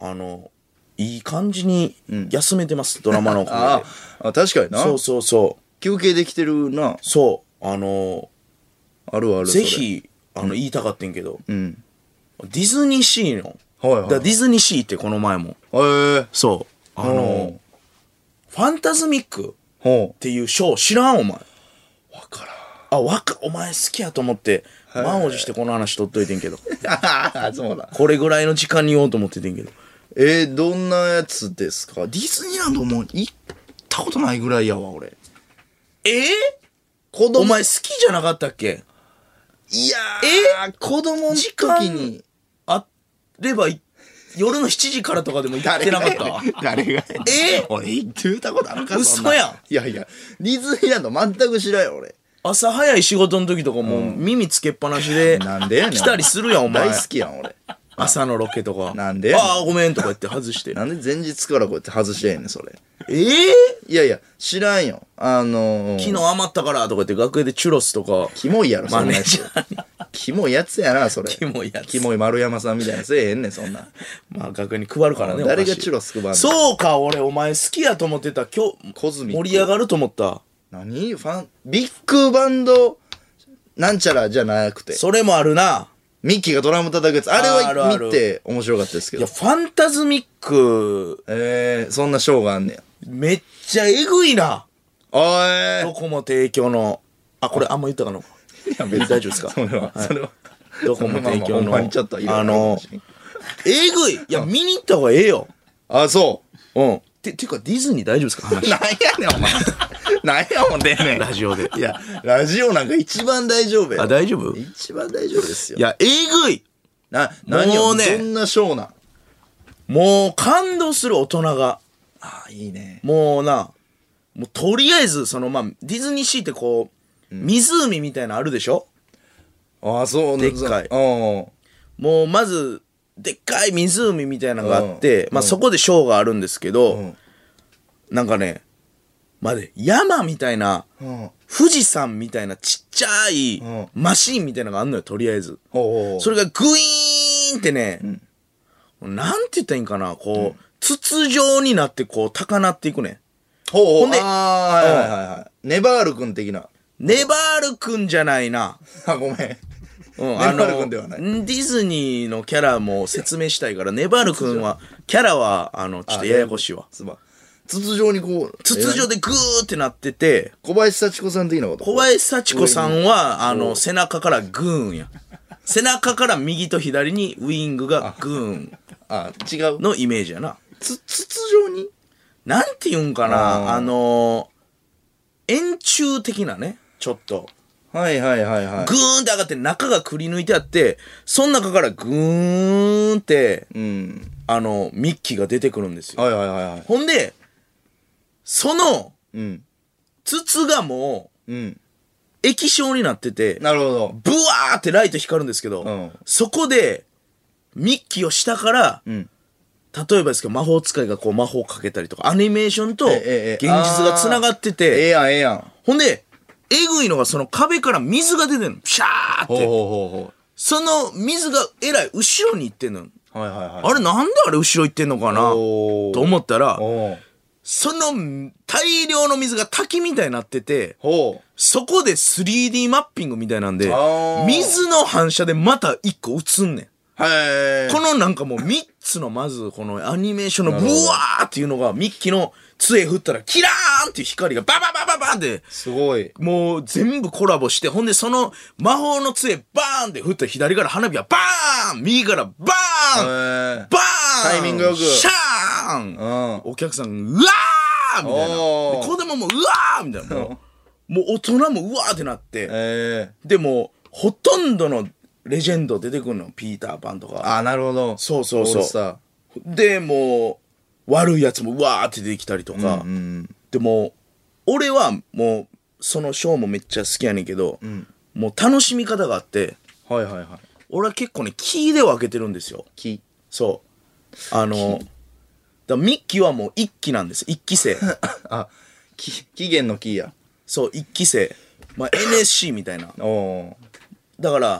あのいい感じに休めてます、ドラマのおかげで。 ああ、確かにな。 そうそうそう休憩できてるな。 そうあのあるある。 ぜひあの言いたかったんけど、 うん。 ディズニーシーの、 はいはいだからディズニーシーってこの前もへえ。 そうあのファンタズミックっほていうショー知らんお前。 う。わからん。 あわかお前好きやと思って満を持してこの話取っといてんけどそうだ。 これぐらいの時間に言おうと思っててんけど。 えー、どんなやつですか？ディズニーランドも行ったことないぐらいやわ、俺。 えー、 子供。 お前好きじゃなかったっけ？ いやー、 え子供の時間時に。 あればい夜のしちじからとかでも行ってなかった誰がえ俺行ってたことあるか？そんな嘘やん。 いやいや、ディズニーランド全く知らんよ、俺。 朝早い仕事の時とかもう耳つけっぱなしでなんでやねん。 来たりするやんお前。 大好きやん、俺。 朝のロケとか。 なんでやねんああ、ごめんとか言って外して。 なんで前日からこうやって外してんねん、それ。 ええいやいや、知らんよ。あのー、 昨日余ったからとか言って楽屋でチュロスとか。 キモいやろ、そマネんなやつージャーに。 キモいやつやな、それ。 キモいやつキモい丸山さんみたいなせえへんねん、そんな。 まあ楽屋に配るからね。 誰がお菓子チュロス配んの？ そうか、俺お前好きやと思ってた。今日、 コズミック盛り上がると思った。 何ファン、ビッグバンド、なんちゃらじゃなくて、 それもあるな。 ミッキーがドラム叩くやつ、あれあるあるは見て面白かったですけいや、 ど。 ファンタズミック、 えー、そんなショーがあんねや。 めっちゃえぐいな。 おーい。 どこも提供の。あ、これあんま言ったかな。 いや、別に大丈夫ですか？ それは、それは。 どこも提供の。 まあまあほんまにちょっといろいろあの、えぐい。いや、見に行った方がええよ。 あ、そうん。て、てか、ディズニー大丈夫ですか？ う。 話。 なんやねん、お前。なんやもんでんねん。 ラジオで。 いや、ラジオなんか一番大丈夫や。 あ、大丈夫？ 一番大丈夫ですよ。 いや、えぐい。 な、何をもうねどんなショーなん？ もう、感動する大人が。 あ、いいね。 もうな、もうとりあえず、その、まあ、ディズニーシーってこう、湖みたいなのあるでしょ？ あ、そうでっかいうん。 もう、まず、でっかい湖みたいなのがあって、 うんまあ、そこでショーがあるんですけど、 んなんかね、まで、山みたいな、 うん。 富士山みたいなちっちゃいうんマシーンみたいなのがあんのよ、とりあえず。 ほうほうほう。 それがグイーンってね、なんて言ったらいいんかな、こう、筒状になってこう高鳴っていくね。 ほうほう。 ほんでああ、はいはいはいはい。ネバール君的な。 ネバールくんじゃないな。 あ、ごめん。 うん、 ネバールくんではないディズニーのキャラも説明したいから、ネバールくんは、キャラは、あの、ちょっとややこしいわ。 すまん。筒状にこう。 筒状でグーってなってて、 小林幸子さん的なこと？ 小林幸子さんは、あの、背中からグーンや。背中から右と左にウイングがグーンあ、違う。 のイメージやな。 つ、筒状になんて言うんかあーな、あのー、円柱的なね、ちょっと。 はいはいはいはい。 グーンって上がって中がくり抜いてあって、その中からグーンって、 うん。 あの、ミッキーが出てくるんですよ。 はいはいはいはい。 ほんで、そのうん。 筒がもううん。 液晶になってて、 なるほど。 ブワーってライト光るんですけど、 うんそこで、ミッキーを下から、 うん。 例えばですけど、魔法使いがこう魔法かけたりとか、アニメーションとええ現ええ実が繋がってええて、 やんええやん。 ほんで、えぐいのがその壁から水が出てんの。ピシャーって。 ほうほうほうほその水がえらい後ろに行ってんの。 う。はいはいはい。 あれなんであれ後ろ行ってんのかなおーと思ったら、 おーその大量の水が滝みたいになってて、 ほう。 そこで スリーディー マッピングみたいなんであー、 水の反射でまた一個映んねん。 へー。 このなんかもうみっつのまずこのアニメーションのブなるほどワーっていうのがミッキーの杖振ったらキラーンっていう光がバババババンってすごい。 もう全部コラボして、ほんでその魔法の杖バーンって振ったら左から花火がバーン右からバーンへー。 バーンタイミングよくシャーンうん。 お客さんうわーみたいな。 おーで子供もうわーみたいな。もうもう大人もうわーってなって。 えでもほとんどのレジェンド出てくるの。ピーターパンとー。 か。 あ、なるほど。 そうそうそうオールスターで、もう悪いやつもうわーって出てきたりとか。 うん。 でも、俺はもう、そのショーもめっちゃ好きやねんけど、もう楽しみ方があって、 はいはいはい。 俺は結構ね、キーで分けてるんですよ。 木。 そう。あの、だからミッキーはもう一期なんです。一期生。 あ、き期限の木や。 そう、一期生。まあ、エヌエスシー みたいな。 おー。 だから、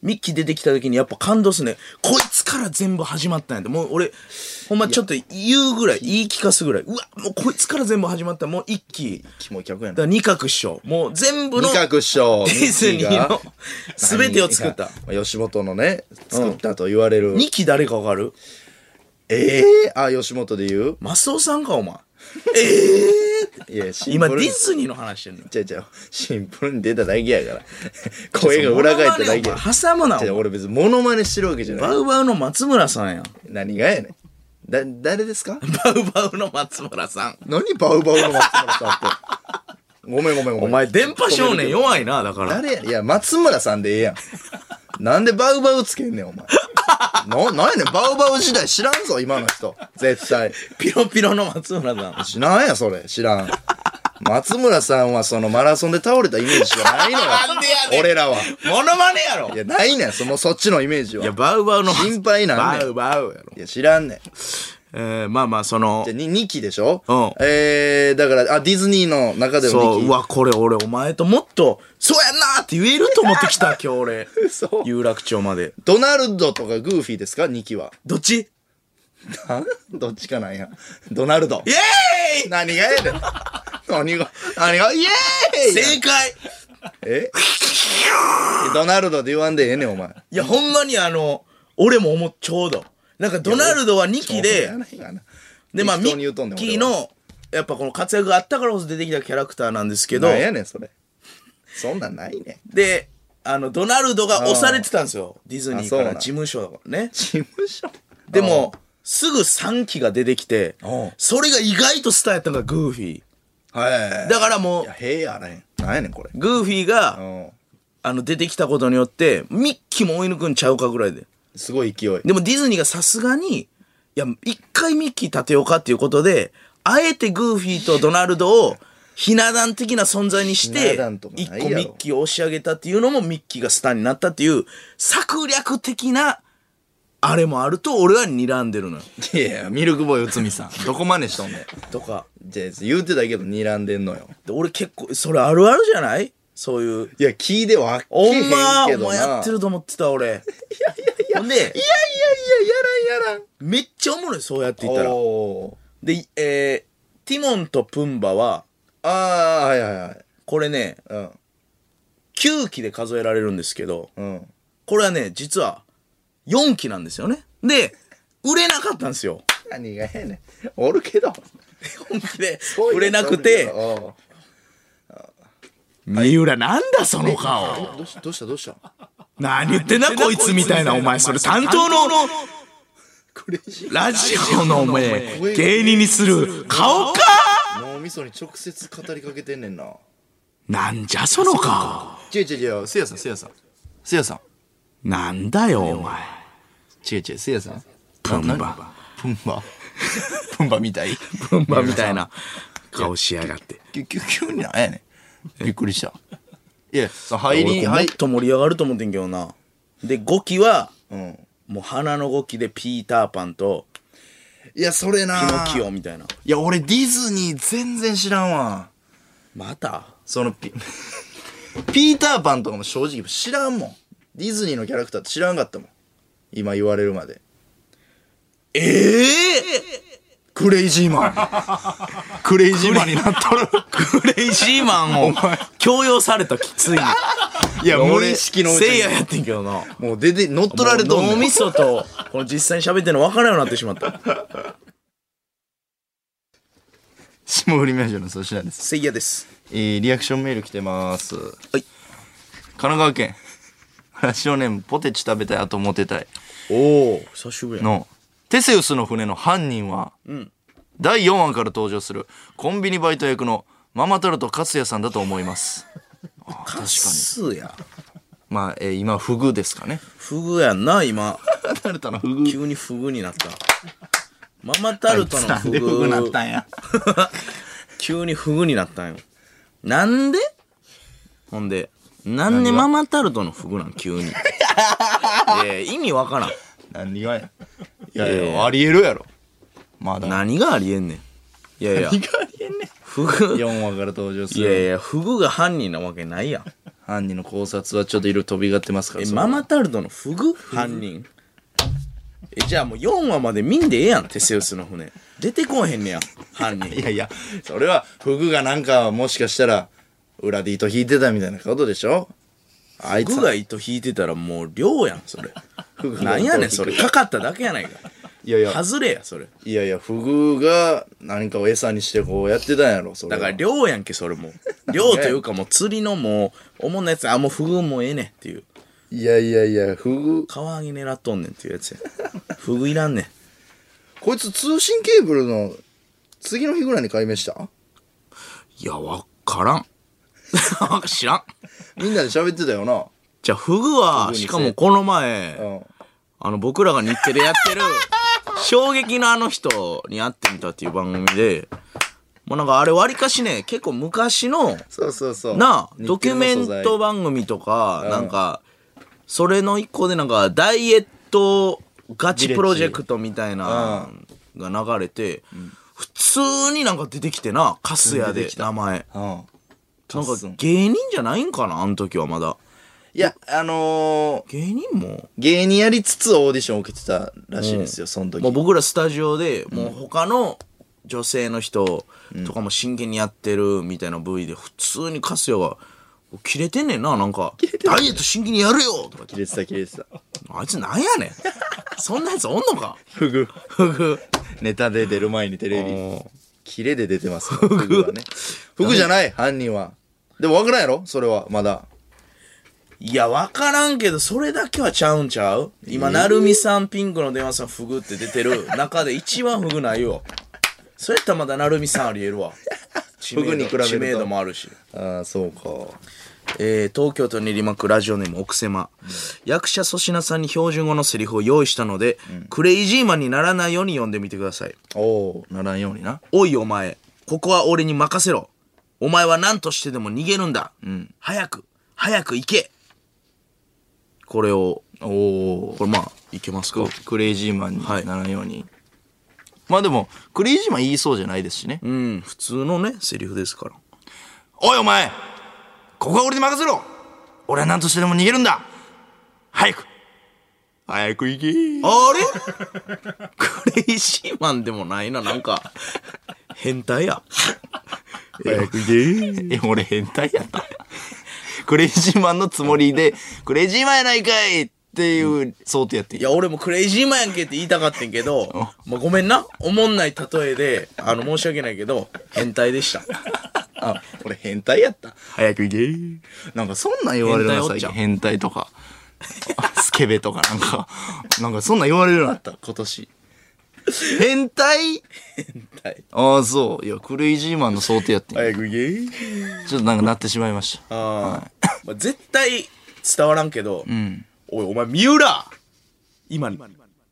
ミッキー出てきた時にやっぱ感動するね。こいつから全部始まったんやって。もう俺、ほんまちょっと言うぐらい、言い聞かすぐらい。うわ、もうこいつから全部始まった。もう一期。 キモい客やな。 だから二角師匠。もう全部の。 二角師匠。 ディズニーの全てを作った。 吉本のね、作ったと言われる。 二期誰かわかる？ ええー、あ、吉本で言うマスオさんか、お前。ええー、 いや、 今ディズニーの話してんの。 ちゃうちゃう。シンプルに出ただけやから。声が裏返っただけや。 挟むな。 俺別にモノマネしてるわけじゃない。 バウバウの松村さんやん。 何がやねん。だ、誰ですか？ バウバウの松村さん。 何バウバウの松村さんって。ごめんごめんごめん。 お前電波少年弱いな、だから。 誰や？いや、松村さんでええやん。なんでバウバウつけんねん、お前。な、なんやねん、バウバウ時代知らんぞ、今の人。絶対。 ピロピロの松村さん。 知らんや、それ。知らん。松村さんはそのマラソンで倒れたイメージしかないのよ。 なんでやねん。 俺らは。 モノマネやろ。 いや、ないねん、その、そっちのイメージは。 いや、バウバウの。 心配なんねん。 バウバウやろ。 いや、知らんねん。 えー、まあまあ、その。 じゃあ、にきでしょ？ うん。 えー、だから、あ、ディズニーの中でのにき。 そう、うわ、これ俺、お前ともっと、そうやんなーって言えると思ってきた、今日俺。 そう。 有楽町まで。 ドナルドとかグーフィーですか？にきは。 どっち？ どっちかなんや。ドナルド。 イエーイ！ 何がやねん。何が、何が、イエーイ！ 正解！ えドナルドで言わんでええねん、お前。 いや、ほんまにあの、俺も思っ、ちょうど。なんかドナルドはにきで、で、まあ、ミッキーの、やっぱこの活躍があったからこそ出てきたキャラクターなんですけど。 何やねん、それ。そんなんないねん。で、あの、ドナルドが押されてたんですよ。ディズニーから事務所だからね。 事務所でも、すぐさんきが出てきて、それが意外とスターやったのがグーフィー。 はい。 だからもう、 いや、へえやらへん。なんやねん、これ。 グーフィーが、あの、出てきたことによって、ミッキーも追い抜くんちゃうかぐらいで。 すごい勢い。 でもディズニーがさすがに、いや、一回ミッキー立てようかっていうことで、あえてグーフィーとドナルドを、ひな壇的な存在にして、一個ミッキーを押し上げたっていうのもミッキーがスターになったっていう、策略的な、あれもあると俺は睨んでるのよ。 いやいや、ミルクボーイ内海さん。どこ真似しとんねん。 とか。 じゃあ、言うてたけど睨んでんのよ。 で俺結構、それあるあるじゃないそういう。 いや、聞いてはけおへんけどまな。 お前やってると思ってた俺。いやいやいや。ほんで、いやいやいや、 やらんやらん。 めっちゃおもろい、そうやって言ったら。 おで、えー、ティモンとプンバは、 ああ、はいはいはい。 これね、 うん。 きゅうきで数えられるんですけど、 うん。 これはね、実はよんきなんですよね。で、売れなかったんですよ。 何がやねん。おるけど。 本気で売れなくて、三浦なんだその顔。 どうしたどうしたどうした何言ってんだこいつみたいなお前それ担当のラジオのお前芸人にする顔か。 脳みそに直接語りかけてんねんな。 なんじゃその顔。 違う違う違う、せいやさんせいやさんせいやさん。 なんだよお前。 違う違う、せいやさん。 プンバプンバプンバみたいプンバみたいな顔しやがって。 急急になんやねん。びっくりした。いや、入りもっと盛り上がると思ってんけどな。でごきは、 うん、 もう花のごきでピーターパンといやそれなピノキオみたいな。いや俺ディズニー全然知らんわ。 またそのピピーターパンとかも正直知らんもん。ディズニーのキャラクターって知らんかったもん今言われるまで。 ええー、 クレイジーマンクレイジーマンになっとるクレイジーマンを強要されたきついに。 いや無意識のうちにせいややってんけどな。 もう出て乗っ取られとんねん。 脳みそとこの実際に喋ってんの分からんようになってしまった。 霜降り明星の粗品です。 せいやです。 えー、リアクションメール来てます。はい。 神奈川県ラジオネームポテチ食べたいあとモテたい。 おお久しぶりやのテセウスの船の犯人は、うん、だいよんわから登場するコンビニバイト役のママタルト勝也さんだと思います。 あ確かに勝也まあ、えー、今フグですかね。 フグやんな今。 ママタルトのフグ急にフグになった。ママタルトのフグなんでフグなったんや急にフグになったんよ。なんでほんでなんでママタルトのフグなん急に。いや意味わからん。 何がや。いやいや、えー、ありえるやろ。まだ。 何がありえんねん。いやいや。 何がありえんねん。 フグ。 よんわから登場する。 いやいや、フグが犯人なわけないやん。 犯人の考察はちょっといろいろ飛び交ってますから。 え、 それはママタルトのフグ犯人。え、じゃあもうよんわまで見んでええやん、テセウスの船。出てこうへんねや、犯人。 いやいや、それはフグがなんかもしかしたら裏で糸引いてたみたいなことでしょ。あいつフグが糸引いてたらもう漁やん、それ。 フグがなんやねん、それ。かかっただけやないか。 いやいや、 外れや、それ。 いやいや、フグが何かを餌にしてこうやってたんやろ、それは。 だから漁やんけ、それもう。漁というかもう釣りのもう、おもんなやつ、あ、もうフグもうええねんっていう。 いやいやいや、フグ、 カワハギ狙っとんねんっていうやつや。フグいらんねん。 こいつ通信ケーブルの次の日ぐらいに解明した？ いや、わからん。知らん。 みんなで喋ってたよな。 じゃあ、フグは、 フグにせしかもこの前、 うん。 あの、僕らが日テレやってる、衝撃のあの人に会ってみたっていう番組で、もうなんかあれ割かしね、結構昔の、 そうそうそう。 なあ、 日ドキュメンテレの素材ト番組とか、 うんなんか、それの一個でなんか、ダイエットガチプロジェクトみたいな、が流れて、普通になんか出てきてな、カスヤで名前。 うん。 なんかカスン芸人じゃないんかな、あの時はまだ。 いや、あのー、 芸人も、 芸人やりつつオーディションを受けてたらしいですよ、その時。 もう僕らスタジオで、もう他の女性の人とかも真剣にやってるみたいな ブイ で、普通にカスヤが、キレてんねんな、なんか、ダイエット真剣にやるよとか切れてた切れてた。 あいつなんやねん。そんなやつおんのか。 フグ。 フグ。 ネタで出る前にテレビ。 おキレで出てますから、フグはね。フグじゃない、犯人は。でも分からんやろそれは、まだ。 いや、わからんけど、それだけはちゃうんちゃう今、なるみさん、ピンクの電話さん、フグって出てる中で一番フグないよ。それやったらまだなるみさんありえるわ。知名度フグに比べると知名度もあるし。 ああ、そうか。 えー、東京都練馬区ラジオネーム奥狭、うん、役者粗品さんに標準語のセリフを用意したので、うん、クレイジーマンにならないように読んでみてください。 おお、ならんようにな。 おいお前、ここは俺に任せろ。お前は何としてでも逃げるんだ。うん、早く早く行け。これを、 おお、 これまあいけますか。 クレイジーマンにならんように、はい、まあでもクレイジーマン言いそうじゃないですしね。 うん、普通のねセリフですから。 おいお前、ここは俺に任せろ。俺は何としてでも逃げるんだ。早く早く行け。 あれクレイジーマンでもないな、なんか変態や。 早く行け。え、俺変態やった。クレイジーマンのつもりでクレイジーマンやないかいっていう想定やって。 いや俺もクレイジーマンやんけって言いたかってんけどまあ、ごめんな、おもんない例えであの申し訳ないけど変態でした。 あ、俺変態やった。 早く行け。 なんかそんなん言われるな、最近。変態とかスケベとかなんかなんかそんなん言われるようになった今年。変態変態。 ああ、そう。いやクレイジーマンの想定やってん。 早く行け。 ちょっとなんかなってしまいました。 ああ、はい、まあ、絶対伝わらんけど、うん、おいお前三浦今にど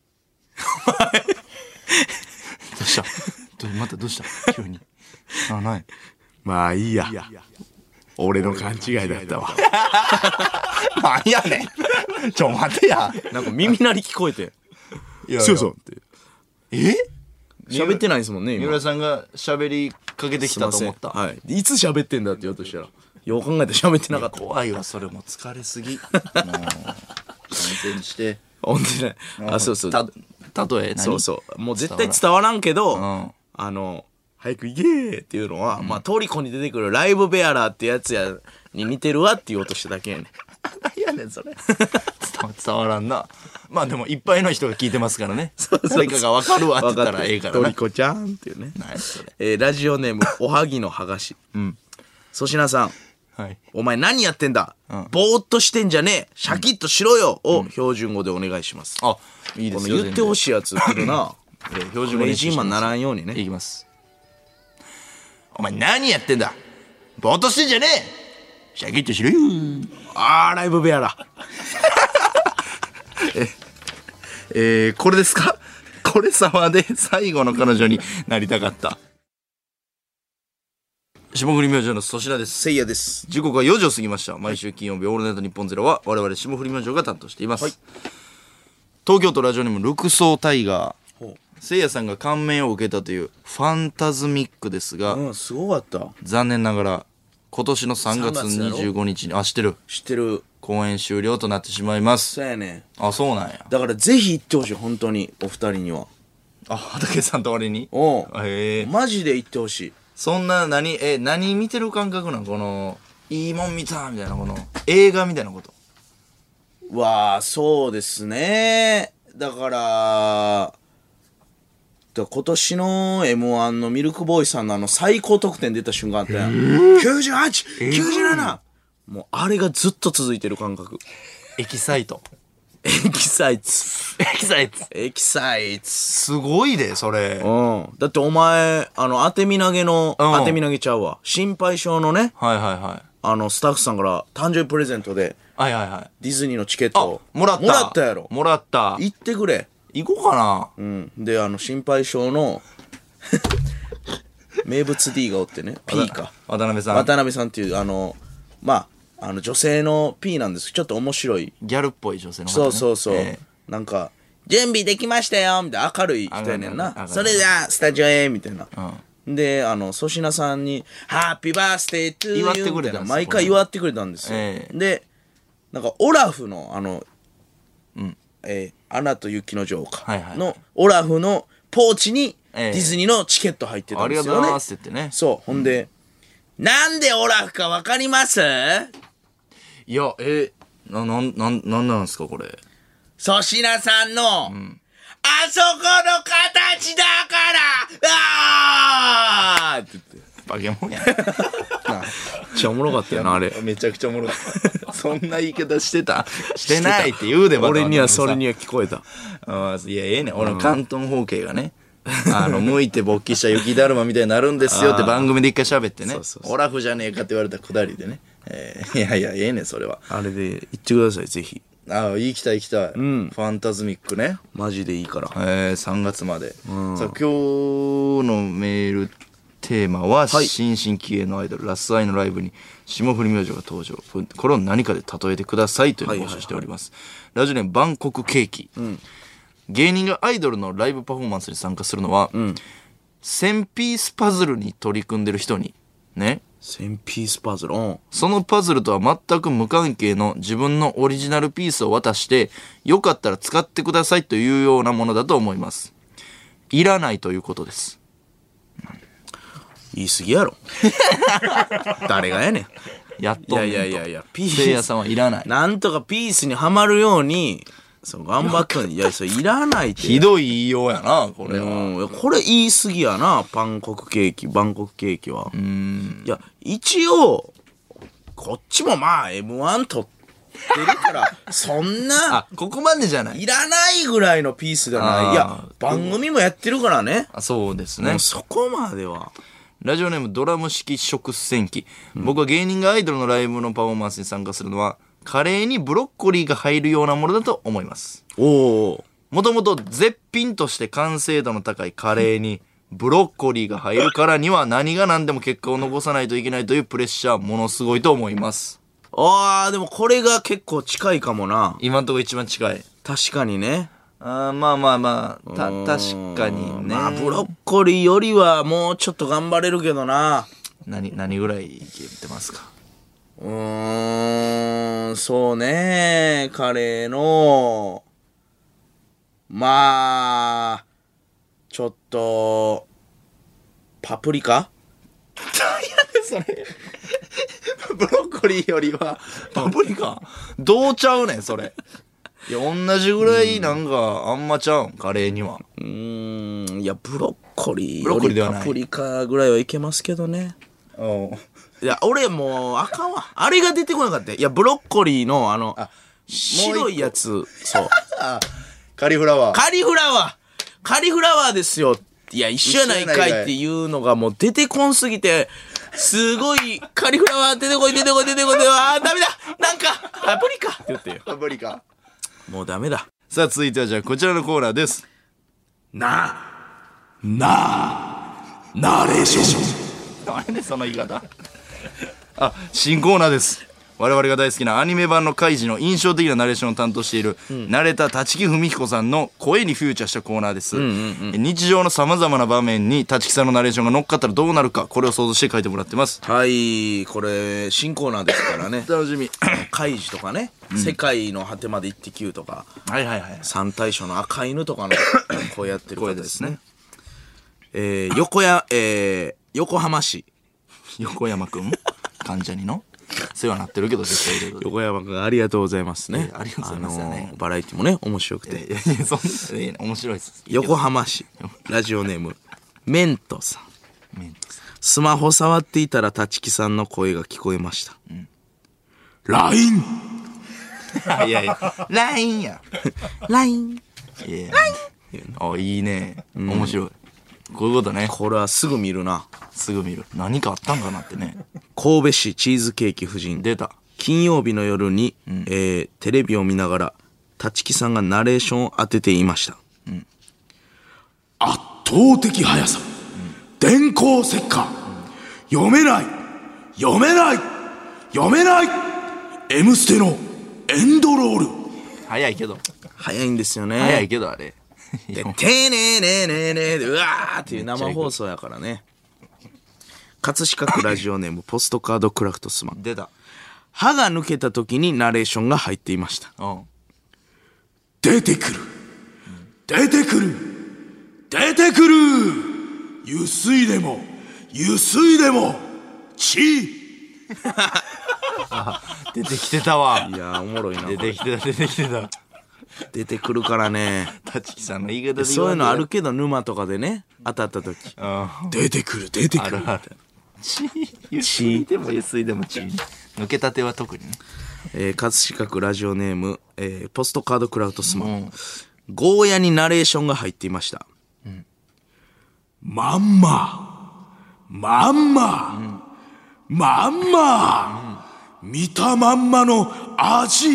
うしたどまたどうした急に。あ、ない。 まあいいや、俺の勘違いだったわ。 なんやねん。ちょ待てや。 なんか耳鳴り聞こえて。いやそうそうって。え喋ってないですもんね今。 三浦さんが喋りかけてきたと思った。 はい。いつ喋ってんだって言おうとしたら、よう考えたら喋ってなかった。 怖いわ、それも疲れすぎ。もう完全にして。 ほんでね。あ、そうそう。 た、例え何？ そうそう。もう絶対伝わらんけど、うん、あの、早く行けーっていうのは、うん、まあ、トリコに出てくるライブベアラーってやつやに似てるわって言おうとしただけやねん。 何やねん、それ。伝わらんな。まあでもいっぱいの人が聞いてますからね。誰かが分かるわって言ったらええからな。 トリコちゃんっていうね。 何それ。 えー、ラジオネームおはぎのはがし。うん。粗品さん。はい。お前何やってんだ、うん、ぼーっとしてんじゃねえ、シャキッとしろよ、うん、を標準語でお願いします。 あ、いいですよ。 言ってほしいやつ来るな。えー、標準語で。クレイジーマンならんようにね。 いきます。お前何やってんだ、ぼーっとしてんじゃねえ、シャキッとしろよ。 あー、ライブベアラ。 え、えー、これですか。これ様で最後の彼女になりたかった。霜降り明星の粗品です。 せいやです。 時刻はよじを過ぎました。毎週金曜日オールナイトニッポンゼロは我々霜降り明星が担当しています、はい、東京都ラジオネームルクソータイガー。せいやさんが感銘を受けたというファンタズミックですが、 うん、すごかった。 残念ながら今年のさんがつにじゅうごにちに、あ、知ってる。 知ってる。 公演終了となってしまいます。 そうやね。 あ、そうなんや。 だからぜひ行ってほしい、本当に、お二人には。 あ、畑さんと俺におう。 へえ。 マジで行ってほしい。 そんな、何、え、何見てる感覚なんこの、いいもん見たみたいな、この、映画みたいなこと。 わあ、そうですね。だから、だ今年の エムワン のミルクボーイさんのあの最高得点出た瞬間あったやん。きゅうじゅうはち、きゅうじゅうなな。もうあれがずっと続いてる感覚。 エキサイト。 エキサイツ。 エキサイト。 エキサイツ。 すごいで、それ。 うん。だってお前、あの、当て身投げの、 うん当て身投げちゃうわ。心配性のね、 はいはいはい。 あの、スタッフさんから誕生日プレゼントで、 はいはいはい。 ディズニーのチケットを。 もらった。 もらったやろ。 もらった。 行ってくれ。 行こうかな。 うん。で、あの、心配性の、名物 D がおってね、P か。 渡辺さん。 渡辺さんっていう、あの、まあ、あの、女性の P なんですけど、ちょっと面白い。 ギャルっぽい女性の方、ね。 そうそうそう。 えなんか、準備できましたよみたいな明るい人やねん明るい明るな。 いそれじゃあ、スタジオへみたいな。 うんで、あの、粗品さんに、ハッピーバースデートゥーユー祝ってくれたんですみたいな毎回祝ってくれたんですよ。 ええで、なんか、オラフの、あの、 うんえーアナと雪の女王か。 はいはいの、オラフのポーチに、 ええディズニーのチケット入ってたあんですよね。 りがとうございますって言ってね。 そう。ほんで、なんでオラフかわかります？ いや、えな、なん、なん、なんなんですか、これ。 粗品さんの、あそこの形だからあーって言って。 バケモンや。 めっちゃおもろかったよな、あれ。 めちゃくちゃおもろかった。そんな言い方してたしてないって言うで、また俺にはそれには聞こえた。 あいや、ええねん。俺の関東方形がね、あの、向いて勃起した雪だるまみたいになるんですよって番組で一回喋ってねそうそう。そうオラフじゃねえかって言われたくだりでね。えーいやいや、ええねん、それは。 あれで言ってください、ぜひ。 ああ、行きたい行きたい。ファンタズミックね。 マジでいいから。 えー、さんがつまで。さあ、今日のメールテーマは、 はい新進気鋭のアイドル、ラスアイのライブに霜降り明星が登場。これを何かで例えてくださいというのを募集しております。ラジオネーム、バンコクケーキ。芸人がアイドルのライブパフォーマンスに参加するのは、せんピースパズルに取り組んでる人に、ね、 せんピースパズル。うん。 そのパズルとは全く無関係の自分のオリジナルピースを渡して、よかったら使ってくださいというようなものだと思います。いらないということです。 言い過ぎやろ。誰がやねん。 やっと。 いやいやいやいや、ピース。 せいやさんはいらない。 なんとかピースにはまるように、そう頑張ったのに、いや、それいらないって。 ひどい言いようやな、これは。 うんいやこれ言い過ぎやな、バンコクケーキ、バンコクケーキは。いや、一応、こっちもまあ エムワン 取ってるから、そんな、 あ、ここまでじゃない。 いらないぐらいのピースじゃない。 あーいや、番組もやってるからね。 あ、そうですねもう。そこまでは。 ラジオネームドラム式食洗機、僕は芸人がアイドルのライブのパフォーマンスに参加するのはカレーにブロッコリーが入るようなものだと思います。 おお。 もともと絶品として完成度の高いカレーにブロッコリーが入るからには何が何でも結果を残さないといけないというプレッシャーものすごいと思います。 ああ、でもこれが結構近いかもな。 今んとこ一番近い。 確かにね。 あーまあまあまあ、た、確かにね。 まあ、ブロッコリーよりはもうちょっと頑張れるけどな。 何、何ぐらい言ってますか？ うーん、そうね。カレーの、まあ、ちょっと、パプリカそれ。ブロッコリーよりは、パプリカどうちゃうねん、それ。いや、同じぐらいなんか、あんまちゃうん、カレーには。 うーん、いや、ブロッコリーブロッコリーではないパプリカぐらいはいけますけどね。 おういや、俺もう、あかんわ。あれが出てこなかった。いや、ブロッコリーの、あの、白いやつ、そう。 カリフラワー。 カリフラワーカリフラワーですよ。いや、一緒やないかいっていうのがもう出てこんすぎて、すごい、カリフラワー出てこい出てこい出てこい、あーダメだなんか、パプリカって言ってよ。 パプリカ。 もうダメだ。 さあ、続いてはじゃあこちらのコーナーです。 なあ、なあ、ナレーション。 あれね、その言い方。あ、新コーナーです。 我々が大好きなアニメ版のカイジの印象的なナレーションを担当している、うん、ナレーター立木文彦さんの声にフューチャーしたコーナーです、うんうんうん、日常のさまざまな場面に立木さんのナレーションが乗っかったらどうなるか、これを想像して書いてもらってます。 はい、これ新コーナーですからね楽しみ。 カイジとかね、うん、世界の果てまでイッテ Q とか、 はいはいはい、 三大将の赤犬とかの声やってる方ですね。えー、横や、えー、横浜市横山くん関ジャニの世話になってるけど絶対入れる。 横山くんありがとうございますね。 ありがとうございますよね、 あのー、バラエティもね面白くて。 いやいやそんな、いや面白いです。 横浜市ラジオネームメントさん。メントさん、スマホ触っていたら立木さんの声が聞こえました。うん、ラインいやいや ライン やラインいやいやあ、いいね、面白い、うん、こういうことね。 これはすぐ見るな。 すぐ見る。何かあったんかなってね。 神戸市チーズケーキ夫人。 出た。 金曜日の夜に、うん、えー、テレビを見ながら立木さんがナレーションを当てていました。うん、圧倒的速さ、うん、電光石火、うん、読めない読めない読めない M ステのエンドロール。 早いけど早いんですよね。 早いけどあれで、てーねーねーねーねーで、うわーっていう生放送やからね。葛飾区ラジオネームポストカードクラフトスマン。 出た。 歯が抜けた時にナレーションが入っていました。うん、出てくる、出てくる、出てくる、ゆすいでも、ゆすいでも、血出てきてたわ。 いやおもろいな。 出てきてた、出てきてた。 出てくるからね。 立木さんの言い方でそういうのあるけど、沼とかでね当たった時、出てくる出てくる。あるある。 血、ゆすいでもゆすいでも血。抜けたては特にね。 えー、葛飾区ラジオネーム、えー、ポストカードクラウドスマン、うん、ゴーヤにナレーションが入っていました。うん、まんままんま、うん、まんま、うん、見たまんまの味。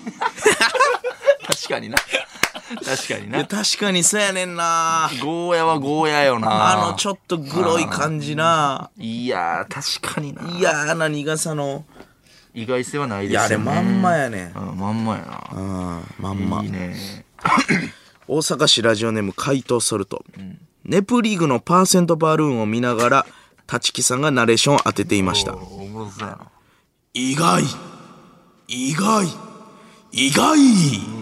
確かにな。確かにな。 確かにそうやねんな。 ゴーヤはゴーヤよな。 あのちょっとグロい感じな。 いやー確かにな。 嫌な苦さの意外性はないですよね。 いやあれまんまやねん。 うん、まんまやな。 うん、まんま。 いいね。 大阪市ラジオネーム怪盗ソルト、うん、ネプリーグのパーセントバルーンを見ながら立木さんがナレーションを当てていました。 おもろそうやな。 意外意外意外、うん、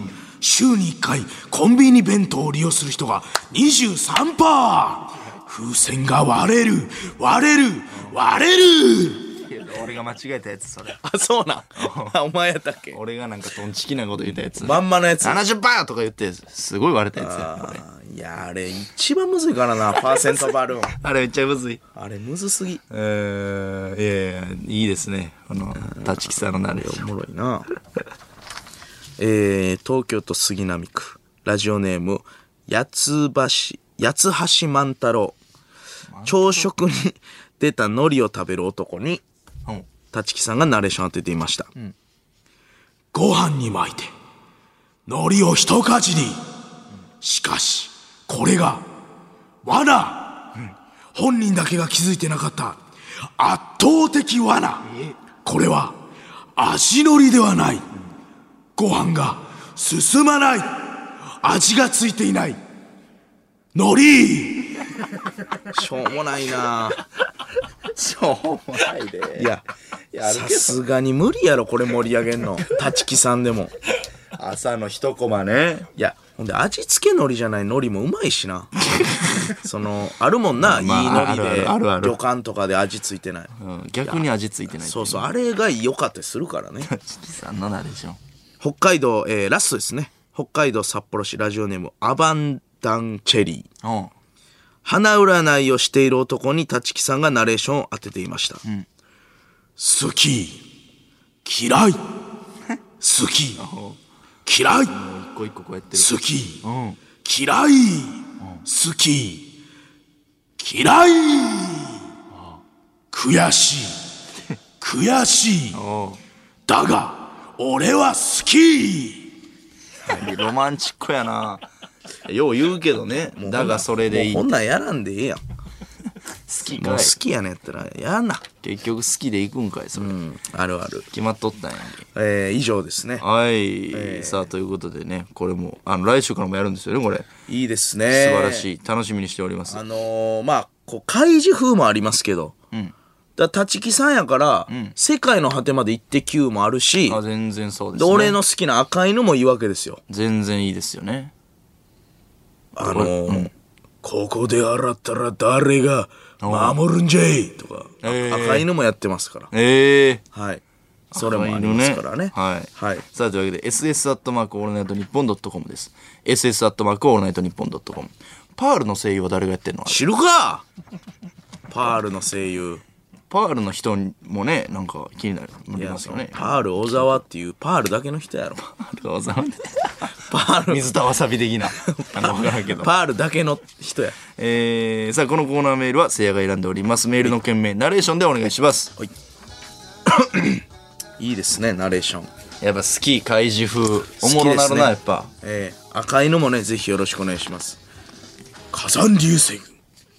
週にいっかいコンビニ弁当を利用する人が にじゅうさんパーセント。 風船が割れる割れる割れる。 俺が間違えたやつそれ。 あ、そうなんお前やったっけ。 俺がなんかトンチキなこと言ったやつ、 まんまのやつななじゅっパーセント とか言ってすごい割れたやつや。これいやあれ一番むずいからな。パーセントバルーンあれめっちゃむずい。 あれむずすぎ。 えー、いやいやいいですね、この立木さんのナレーション。 おもろいな。えー、東京都杉並区ラジオネーム八つ橋八つ橋万太郎。朝食に出た海苔を食べる男に、うん、立木さんがナレーション当てていました。うん、ご飯に巻いて海苔を一かじり、うん、しかしこれが罠、うん、本人だけが気づいてなかった圧倒的罠。これは味海苔ではない、うん、ご飯が進まない、味がついていない海苔。しょうもないな。 しょうもないで。 いやさすがに無理やろこれ盛り上げんの。立木さんでも朝の一コマね。 いやほんで味付け海苔じゃない海苔もうまいしな。そのあるもんな、まあ、いい海苔で旅館とかで味付いてない、 うん、逆に味付いてない。 そうそうあれが良かったりするからね。 立木さんのナレーション。 北海道、えー、ラストですね。北海道札幌市ラジオネームアバンダンチェリー。うん、花占いをしている男に立木さんがナレーションを当てていました。うん、好き嫌い好き嫌い一個一個こうやってる。 好き、うん、嫌い、うん、好き嫌い悔しい悔しいだが俺は好き。 ロマンチックやな。よう言うけどね。だがそれでいい。 こんなんやらんでええやん。 きかい。 もう好きやねんやったらやんな。 結局好きで行くんかい、それ。 うん、あるある。 決まっとったんやんけ。 えー、以上ですね。 はい、さあということでね、これもあの来週からもやるんですよね、これ。 いいですね。 素晴らしい、楽しみにしております。 あのー、まあこう開示風もありますけど、 うん、 だから立木さんやから、うん、世界の果てまで行ってきゅうもあるし、 あ、全然そうですね。 で俺の好きな赤犬もいいわけですよ。 全然いいですよね。 あのーうん、ここで洗ったら誰が守るんじゃいとか、えー、赤犬もやってますから。 ええー、 はい。それもありますからね。 ね、はい。 はい。 さあ、というわけで、エスエス アットマークオールナイトニッポンドットコムです。エスエス アットマークオールナイトニッポンドットコム。パールの声優は誰がやってんの？ 知るかパールの声優。 パールの人もね、なんか気になりますよね。 パール小沢っていうパールだけの人やろ。 パール小沢パール。 水田わさび的な。あの、わからんけど。 パールだけの人や。 えー、さあ、このコーナーメールはせいやが選んでおります。メールの件名、ナレーションでお願いします。はい。 いいですね、ナレーション。 やっぱ好き、怪獣風。おもろなるな、やっぱ。 えー、赤犬もね、ぜひよろしくお願いします。火山流星群。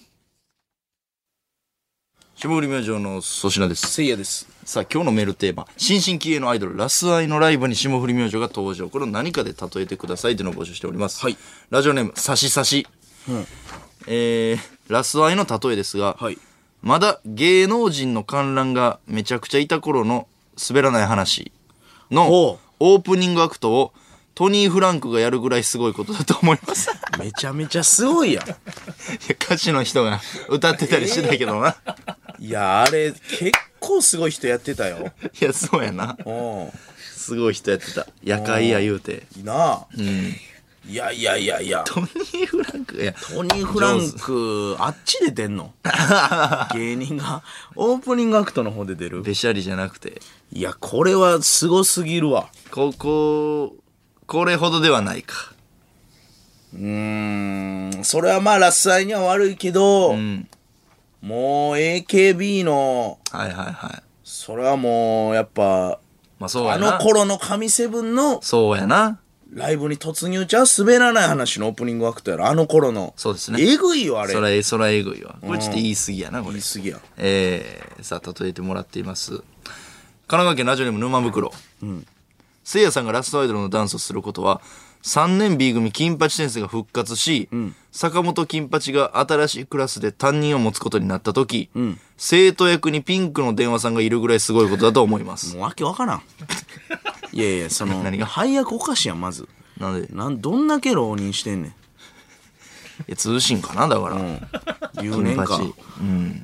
霜降り明星の粗品です。 せいやです。 さあ、今日のメールテーマ、新進気鋭のアイドルラスアイのライブに霜降り明星が登場。これを何かで例えてくださいというのを募集しております。 はい。 ラジオネームさしさし、うん、えー、ラスアイの例えですが、はい、まだ芸能人の観覧がめちゃくちゃいた頃の滑らない話のオープニングアクトをトニー・フランクがやるぐらいすごいことだと思います。 めちゃめちゃすごいやん。いや、 歌手の人が歌ってたりしてたけどな。 えー、いや、あれ結構すごい人やってたよ。 いや、そうやな。すごい人やってた。夜会や言うて。 なあ。うん。いやいやいやいや。 トニー・フランク、いや、 トニー・フランク、あっちで出んの芸人が。オープニングアクトの方で出る。 べしゃりじゃなくて。 いや、これはすごすぎるわ。 ここ、これほどではないか。 うーん、それはまあラスアイには悪いけど、うん、もう エーケービー の、 はいはいはい。 それはもうやっぱ、 まあそうやな。 あの頃の神セブンの、 そうやな。 ライブに突入ちゃう滑らない話のオープニングアクトやろ、あの頃の。 そうですね。 えぐいよ、あれ。 そら、そらえぐいわ。これちょっと言い過ぎやな、これ。 言い過ぎや。 えー、さあ、例えてもらっています。神奈川県ラジオネーム沼袋。うん。せいやさんがラストアイドルのダンスをすることは、さんねん B 組金八先生が復活し、うん、坂本金八が新しいクラスで担任を持つことになった時、うん、生徒役にピンクの電話さんがいるぐらいすごいことだと思います。 もうわけわからん。いやいや、その、何が配役おかしいやん、まず。 なんでなんどんだけ浪人してんねん。いや、通信かな、だから。うん、 留年か。うん、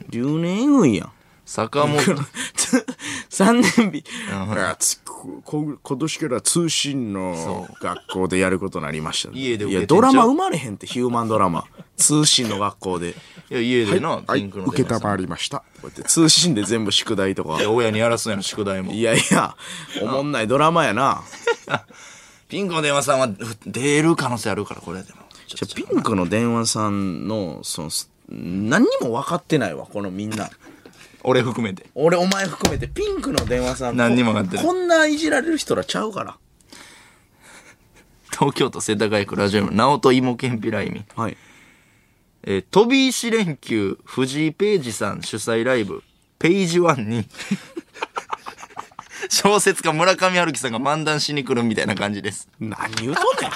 留年えぐいやん。 坂本さんねんび今年から通信の学校でやることになりました、ね、 家でいやドラマ生まれへんってヒューマンドラマ通信の学校でいや家でな、 はい、ピンクの受けたまわりましたこうやって通信で全部宿題とかいや親にやらすんやろ宿題もいやいやおもんないドラマやなピンクの電話さんは出る可能性あるからこれでもじゃピンクの電話さんのその何にも分かってないわこのみんな俺含めて俺お前含めてピンクの電話さん何にも分かってないこんないじられる人らちゃうから東京都世田谷区ラジオの直人芋けんぴらいみはいえー、飛び石連休藤井ページさん主催ライブページワンに小説家村上春樹さんが漫談しに来るみたいな感じです何言うとんねん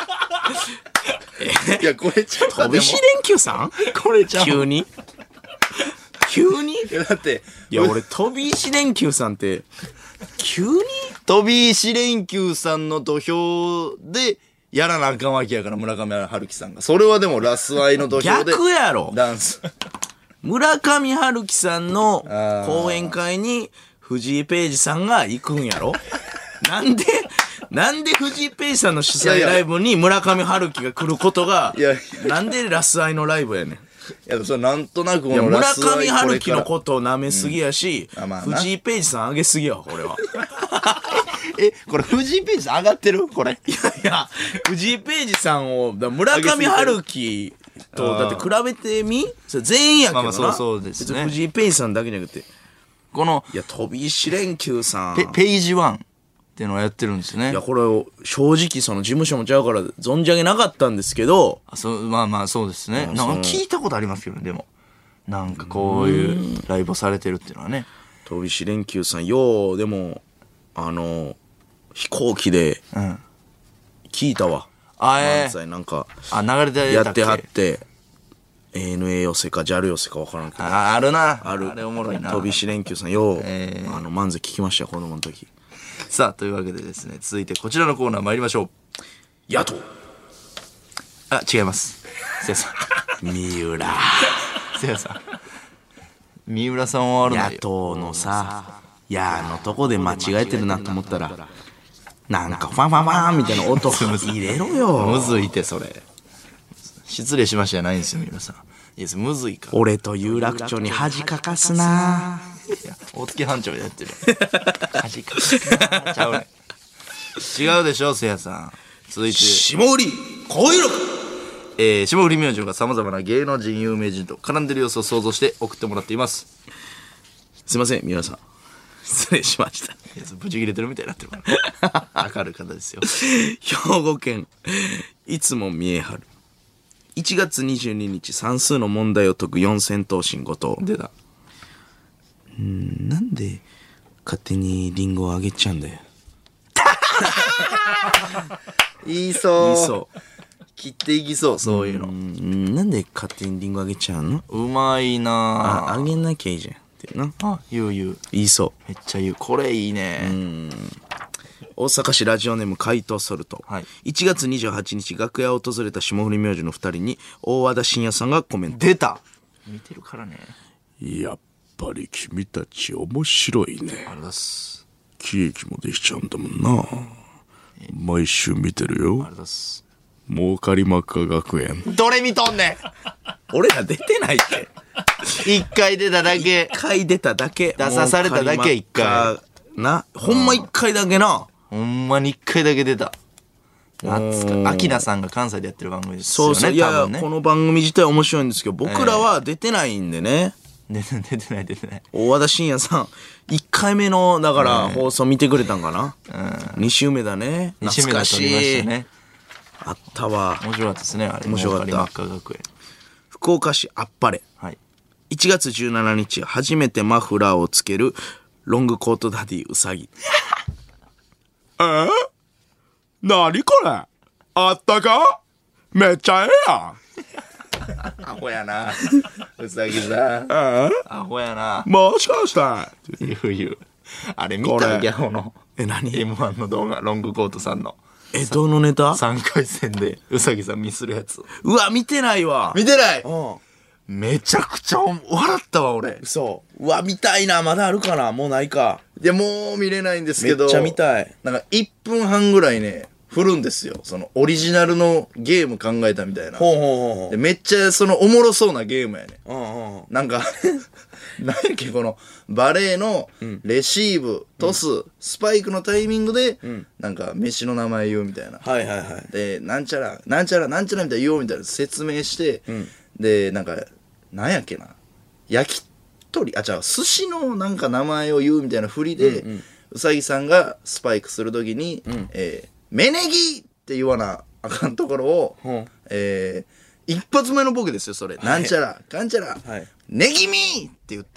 えいやこれちょっと飛び石連休さんこれちゃう急に急にだっていや俺飛び石連休さんって急に飛び石連休さんの土俵でやらなあかんわけやから村上春樹さんがそれはでもラスアイの土俵で逆やろダンス村上春樹さんの講演会に藤井ページさんが行くんやろなんでなんで藤井ページさんの主催ライブに村上春樹が来ることがいやなんでラスアイのライブやねんいやそれなんとなくこの村上春樹のことを舐めすぎやし、うんまあ、藤井ページさん上げすぎやわこれはえこれ藤井ページさん上がってるこれいやいや藤井ページさんを村上春樹とだって比べてみそれ全員やけどな、まあ、まあそうそうですね藤井ページさんだけじゃなくてこのいや飛び石連休さんペページワンっていうのをやってるんですねいやこれ正直その事務所もちゃうから存じ上げなかったんですけどあそうまあまあそうですねなんか聞いたことありますけどねでもなんかこういうライブをされてるっていうのはね。 飛び石連休さん、よう、でも、あの、飛行機でうん。 聞いたわ。 あえ漫才なんか、 あ、流れてたっけやってはって、エーエヌエー 寄せか ジャル 寄せか分からんけど。 あ、あるな。 ある。 あれおもろいな。 飛び石連休さん、よう、 えーあの、漫才聞きましたよ、子供の時。 さあ、というわけでですね、続いてこちらのコーナー参りましょう。 野党あ、違います。せやさん。 三浦。 せやさん。三浦さんはあるのよ。 野党のさ、やのとこで間違えてるなと思ったら、なんかファンファンファンみたいな音入れろよ。 むずいってそれ。失礼しましたじゃないんですよ、三浦さん。いいです、むずいから。 俺と有楽町に恥かかすな。 いや、大月班長でやってる。恥かかすな。ちゃうね。違うでしょ、せやさん。続いて。 霜降り、恋録。 えー、霜降り明星が様々な芸能人、有名人と絡んでる様子を想像して送ってもらっています。 すいません、皆さん。失礼しました。 いや、ブチ切れてるみたいになってるから。明るい方ですよ。 兵庫県、いつも見えはる。いちがつにじゅうににち、算数の問題を解く四千頭身後藤。 出た。 んなんで勝手にリンゴをあげちゃうんだよ。 言いそう。 言いそう。 切っていきそう、そういうの。 んなんで勝手にリンゴあげちゃうの？ うまいなあ、あげなきゃいいじゃんってな。 あ。言う言う。 言いそう。 めっちゃ言う。これいいね。 大阪市ラジオネーム怪盗ソルト、 はい、 いちがつにじゅうはちにち楽屋を訪れた霜降り明星のふたりに大和田伸也さんがコメント。 出た。見てるからね。 やっぱり君たち面白いね。 ありがす。 喜劇もできちゃうんだもんな。毎週見てるよ。 ありがす。 儲かりまっか学園。 どれ見とんねん。 俺ら出てないって。 一回出ただけ。 一回出ただけ。 出さされただけ一回。 な、ほんま一回だけな。 ほんまに一回だけ出た。懐かアキナさんが関西でやってる番組ですよね。 そうそう、いやいや、 ね、 この番組自体面白いんですけど、僕らは出てないんでね。 えー、出てない出てない。 大和田伸也さん、いっかいめの、だから、放送見てくれたんかな。うん、に週目だね。懐かしい。 に週目が撮りましたね。 あったわ。 面白かったですね、あれ。 面白かった。 儲かりまっか学園。 福岡市あっぱれ。 はい。 いちがつじゅうしちにち、初めてマフラーをつける、ロングコートダディうさぎ。えー、なにこれあったかめっちゃええやん。 アホやな。うさぎさん。えー、 アホやな。 もしかして。 言う言う。あれ見たギャホの。 え、何エムワン の動画、ロングコートさんの。 え、どのネタ ?さん 回戦でうさぎさんミスるやつ。 うわ、見てないわ。 見てない。 うん。 めちゃくちゃ笑ったわ、俺。 そう。うわ、見たいな。まだあるかな。もうないか。 いや、もう見れないんですけど。 めっちゃ見たい。 なんかいっぷんはんぐらいね、振るんですよ。そのオリジナルのゲーム考えたみたいな。 ほうほうほうほう。 でめっちゃそのおもろそうなゲームやね。 うんうん。 なんか、なんやっけ、このバレーのレシーブ、トス、うん、スパイクのタイミングで、うん、なんか飯の名前言うみたいな。 はいはいはい。 で、なんちゃら、なんちゃら、なんちゃらみたいな言おうみたいな説明して、うん、で、なんか、なんやっけな。焼き鳥、あ、違う、寿司のなんか名前を言うみたいな振りで、うんうん、うさぎさんがスパイクするときに、うん、えー、メネギって言わなあかんところを、うん、えー、一発目のボケですよ、それ。はい、なんちゃら、かんちゃら、はい、ネギミーって言って、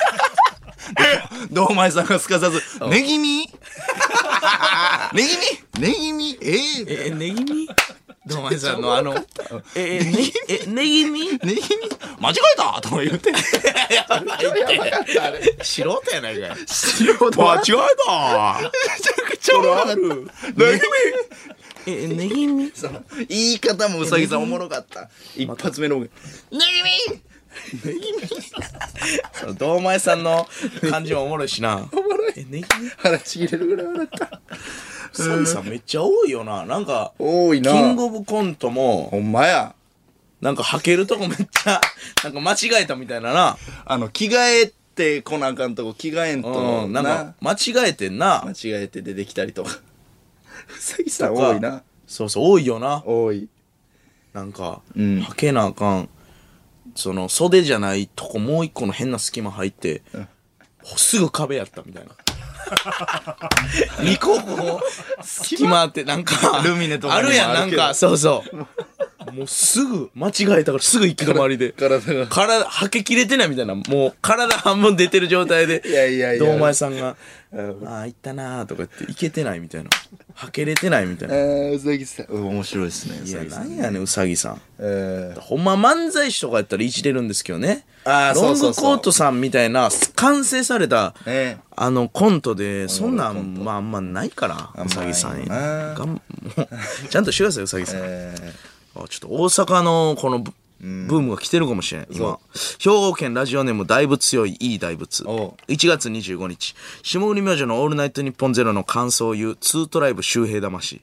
堂前さんがすかさず、ネギミネギミネギミえー、え、ネギミ堂前さんのあの、え、え、ね、え、ネギミネギミ間違えたとか言って。 やばいって。素人やないかい。 素人間違えためちゃくちゃおもろかった。ネギミえ、ネギミその、言い方もうさぎさんおもろかった。一発目の。ネギミネギミ堂前さんの感じもおもろいしな。 おもろい。 え、ネギミ腹ちぎれるぐらい笑った。 うさぎさんめっちゃ多いよな。なんか、 多いな。 キングオブコントも、 ほんまや。 なんか履けるとこめっちゃ、なんか間違えたみたいなな。 あの、着替えてこなあかんとこ着替えんとの、なんか間違えてんな。 間違えて出てきたりとか。うさぎさん多いな。 そうそう、多いよな。 多い。 なんか、 うん、 履けなあかん。その、袖じゃないとこもう一個の変な隙間入って、うん、すぐ壁やったみたいな。二個も隙間ってなんかルミネとかあるやん、なんかそうそうもうすぐ間違えたからすぐ行き止まりで体が体はけきれてないみたいな、もう体半分出てる状態でいやいやいや堂前さんが「ああ行ったな」とか言って「いけてない」みたいな、はけれてないみたいな。 えー、うさぎさん面白いですねういやさぎさん。 なんやねんうさぎさん。 えー、 ほんま漫才師とかやったらいじれるんですけどね。 あーロングそうそうそうコートさんみたいな完成された、 ねあのコントでそんなんまああんまないからうさぎさんにないながんもうちゃんとしてくださいうさぎさん、 えあちょっと大阪のこのブ,、ブームが来てるかもしれん今。兵庫県ラジオネームだいぶ強いいい大仏。 おういちがつにじゅうごにち霜降り明星のオールナイトニッポンゼロの感想を言うツートライブ周平魂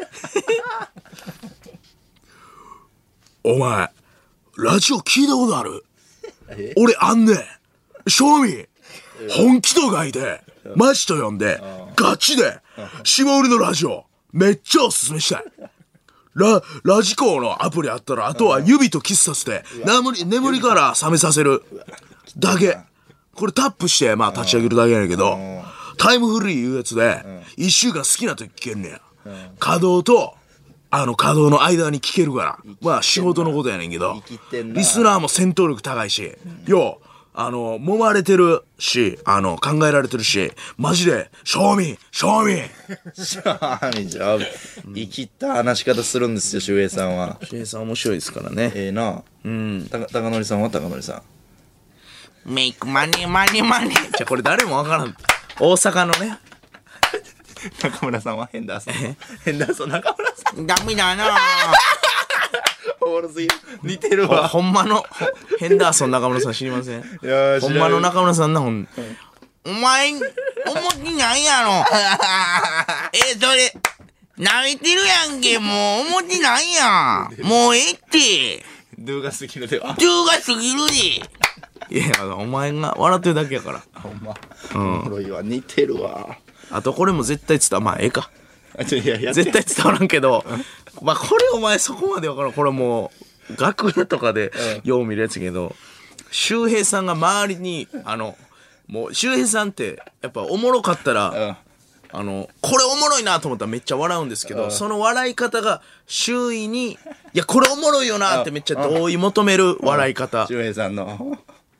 お前ラジオ聞いたことある？俺あんねん。正味本気と書いてマジと呼んでガチで霜降りのラジオめっちゃおすすめしたい。ララジコのアプリあったらあとは指とキスさせて眠り眠りから覚めさせるだけ。これタップしてまあ立ち上げるだけやねんけどタイムフリーいうやつでいっしゅうかん好きな時聞けんねや。稼働とあの稼働の間に聞けるからまあ仕事のことやねんけどリスナーも戦闘力高いしようあの揉まれてるしあの考えられてるしマジで賞味賞味じゃあ生きった話し方するんですよ周平さんは。 周平さん面白いですからね。 ええなうんた高典さんは高典さんメイクマネーマネーマネーじゃあこれ誰もわからん。大阪のね中村さんはヘンダーソンヘンダーソン中村さんダメだなおもろすぎる似てるほわ。 ほんまのヘンダーソン中村さん知りません？ いやーほんまの中村さんなほんお前思ってないやろえそれ舐めてるやんけ。もう思ってないやん。もうええってドゥが過ぎるではドゥが過ぎるで。いやお前が笑ってるだけやから。 ほんまおもろいわ似てるわ。 あとこれも絶対伝わまあええかあちょいややって絶対伝わらんけどまあこれお前そこまで分からん。これもう楽屋とかでよう見るやつやけど周平さんが周りにあのもう周平さんってやっぱおもろかったら、 うんあのこれおもろいなと思ったらめっちゃ笑うんですけど、その笑い方が周囲にいやこれおもろいよなってめっちゃ同意求める笑い方。 周平さんの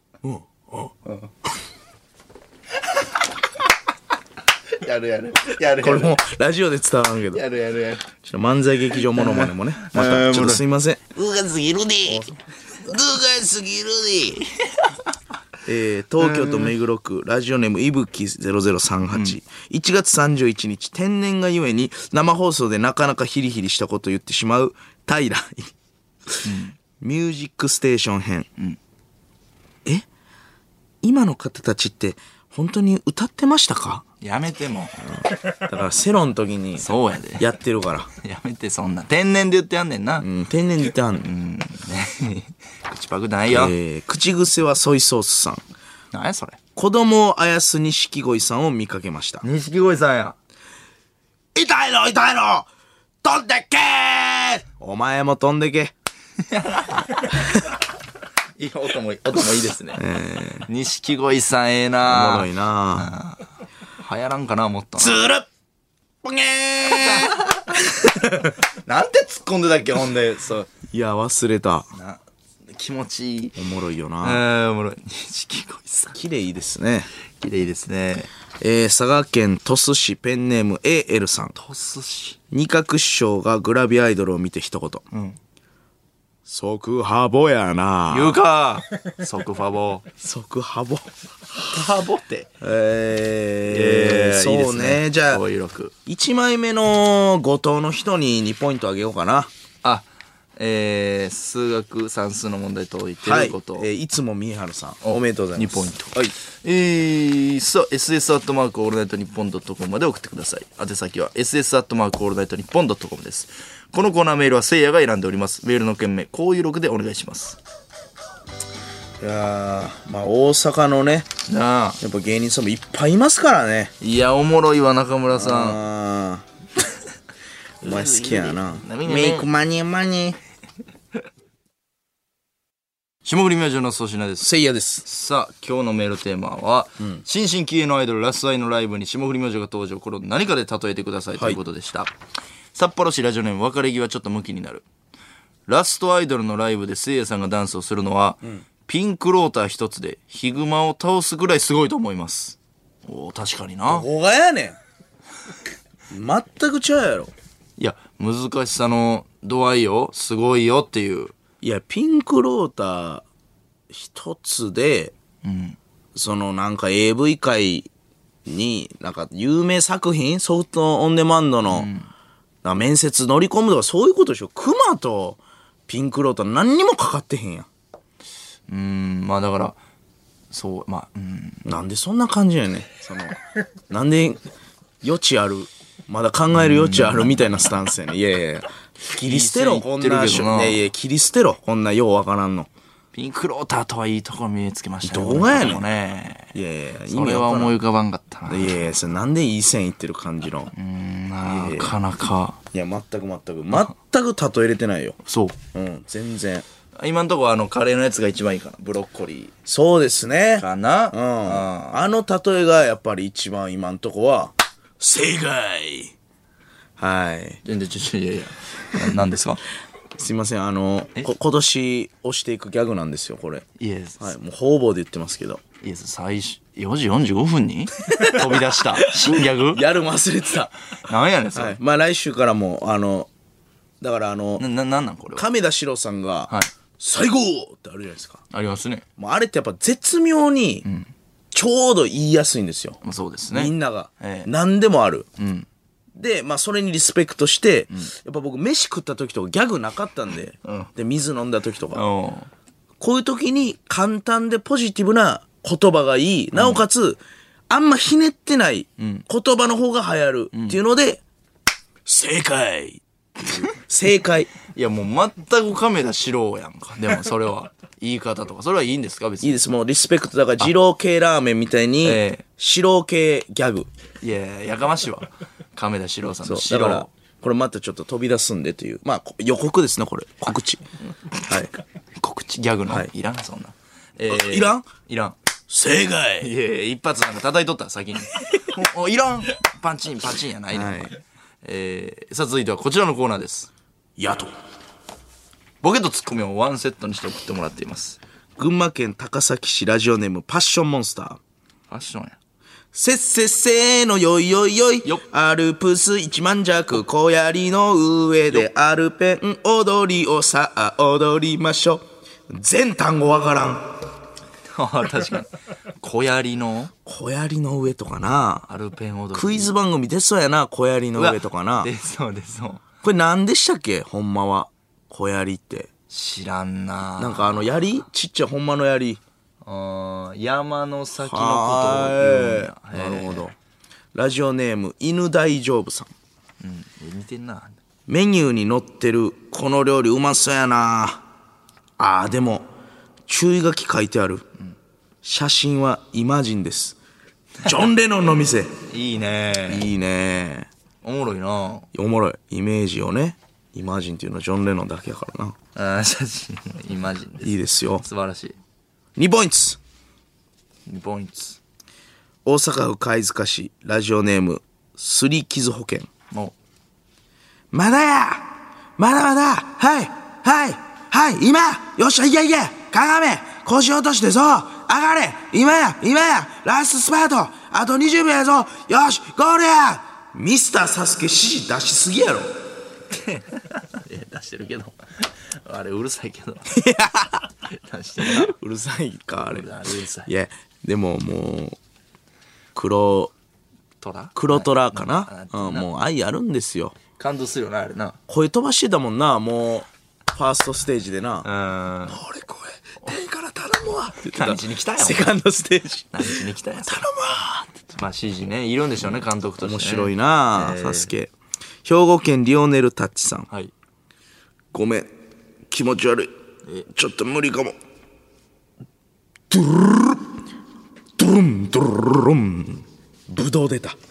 やるやるやるこれもラジオで伝わらんけどやるやるやるちょっと漫才劇場モノマネもねまたちょっとすいません。うがすぎるでうがすぎるでえー、東京都目黒区ラジオネームいぶきゼロゼロさんはち、うん、いちがつさんじゅういちにち天然がゆえに生放送でなかなかヒリヒリしたことを言ってしまう平、うん、ミュージックステーション編、うん、え今の方たちって本当に歌ってましたか？ やめてもだからセロの時にそうやでやってるからやめてそんな天然で言ってやんねんな、 うん、天然で言ってはんねん、 うんね、口パクないよ、 えー、口癖はソイソースさん。 何やそれ。 子供をあやす錦鯉さんを見かけました。 錦鯉さんや。 痛いの痛いの飛んでけーお前も飛んでけいい音も音もいいですね。錦鯉さんええな。 おもろいな。 流行らんかなもっと。 つるっぽげーなんて突っ込んでたっけほんでそう。 いや忘れた。 な気持ちいい。 おもろいよな。 えー、おもろい。錦鯉さん。 綺麗ですね。 綺麗ですね。 えー、佐賀県鳥栖市ペンネーム エーエル さん。 鳥栖市。 二角師匠がグラビアアイドルを見て一言。うん。即ハボやな。 言うか。即ファボ。 即ハボ。 ハボって。 えー、えー、そうね。いいねじゃあ、いちまいめの後藤の人ににポイントあげようかな。 あ、えー、数学算数の問題解いてること。 はい、えー、いつもみえはるさん。おめでとうございます。 にポイント。 はい。 えー、さあ、エスエス アットマークオールナイトニッポンドットコムまで送ってください。宛先は エスエス アットマークオールナイトニッポンドットコムです。このコーナーメールはせいやが選んでおります。メールの件名、こういう録でお願いします。 いやー、まあ大阪のね、 なあ、 やっぱ芸人さんもいっぱいいますからね。 いや、おもろいわ、中村さん。 あお前好きやな。メイクマニーマニー。 霜降り明星の粗品です。 せいやです。 さあ、今日のメールテーマは、うん、新進気鋭のアイドルラスアイのライブに霜降り明星が登場、これを何かで例えてくださいということでした。はい、札幌市ラジオネーム別れ際ちょっと向きになる。 ラストアイドルのライブでせいやさんがダンスをするのは、ピンクローター一つでヒグマを倒すぐらいすごいと思います。おー、確かにな。 どこがやねん。全くちゃうやろ。 いや、難しさの度合いよ、すごいよっていう。 いや、ピンクローター一つで、 うん、 そのなんか エーブイ 界に、なんか有名作品、ソフトオンデマンドの、うん、なんか面接乗り込むとかそういうことでしょ。クマとピンクローター何にもかかってへんやん。 うーん、まあだから、そう、まあ、うん。 なんでそんな感じやねん。その、なんで余地ある、まだ考える余地あるみたいなスタンスやねん。いやいやいや。切り捨てろ、こんな。いやいや、切り捨てろ、こんなようわからんの。 ピンクローターとはいいところ見つけましたね。 どうがやねん。 ね、 いやいや、 それは思い浮かばんかったな。 いやいや、それなんでいい線いってる感じの。 うーん、なかなか。 いや、全く全く。全く例えれてないよ。 そう。 うん、全然。 今んとこあの、カレーのやつが一番いいかな。ブロッコリー。 そうですね。 かな。 うん。あの例えがやっぱり一番今んとこは、正解。はい。 全然、ちょ、ちょ、いやいや。何ですか？ すいません、あの、こ今年押していくギャグなんですよ、これ。 イエス。 はい、もう方々で言ってますけど。 イエス、最初、よじよんじゅうごふんに飛び出した新ギャグやる忘れてた。 なんやねん、それ。 はい、まあ来週からも、あの、だからあの、 な、な、なんなんこれは。 亀田史郎さんが、 はい。 最高ってあるじゃないですか。 ありますね。 もうあれってやっぱ絶妙に、ちょうど言いやすいんですよ。 まあそうですね。 みんなが。 ええ、 何でもある。 うん。 で、まあ、それにリスペクトして、うん、やっぱ僕、飯食った時とかギャグなかったんで、うん、で、水飲んだ時とか、こういう時に簡単でポジティブな言葉がいい、なおかつ、うん、あんまひねってない言葉の方が流行るっていうので、うん、正解正解。 いや、もう全く亀田史郎やんか。でもそれは、言い方とか、それはいいんですか別に。 いいです、もうリスペクト。だから、二郎系ラーメンみたいに、史郎系ギャグ。 いやいや、やかましいわ。亀田史郎さんの史郎。だから、これまたちょっと飛び出すんでという。まあ、予告ですね、これ。告知。はい。 告知ギャグの。はい、いらん、そんな。 えー、いらんいらん。 正解。 いやいや、一発なんか叩いとった先に。お、いらん。パンチン、パンチンやないね、はい、えー、さあ続いてはこちらのコーナーです。 やと。 ボケとツッコミをワンセットにして送ってもらっています。 群馬県高崎市ラジオネームパッションモンスター。 ファッションや。 せっせっせーのよいよいよい。よアルプス一万弱小槍の上でアルペン踊りをさあ踊りましょう。全単語わからん。 ああ、確かに。小槍の小槍の上とかな。 アルペン踊り。 クイズ番組出そうやな、小槍の上とかな。 出そう出そう。 これ何でしたっけほんまは。小槍って。 知らんな。 なんかあの槍ちっちゃいほんまの槍。 あ山の先のことを言うんや。 なるほど。ラジオネーム犬大丈夫さん。 うん、似てんな。 メニューに載ってるこの料理うまそうやな。あーでも注意書き書いてある、うん、写真はイマジンです。ジョン・レノンの店。 いいね。 いいね。 おもろいな。 おもろい。イメージをね、イマジンっていうのはジョン・レノンだけやからな。 ああ、写真イマジンです。 いいですよ。 素晴らしい。 にポイント。 にポイント。 大阪府貝塚市ラジオネームすり傷保険。 おまだやまだまだはいはいはい今よっしゃいけいけ鏡腰落としてそう上がれ今や今やラストスパートあとにじゅうびょうやぞよしゴールやミスターサスケ指示出しすぎやろ。 いや出してるけどあれうるさいけど出してるな。 うるさいかあれ。 うるさい。 いやでももう黒トラ黒トラかな、うん、もう愛あるんですよ。 感動するよなあれな。 声飛ばしてたもんな。もうファーストステージでな、 うん俺声天から頼むわって言ってた。 何しに来たよセカンドステージ何しに来たよ頼むわってまあ指示ねいるんでしょうね監督として、ね、 面白いな、えー、サスケ。兵庫県リオネルタッチさん、 はい、 ごめん気持ち悪いちょっと無理かも。ドゥルルドゥルンドゥルルンブドウ出た。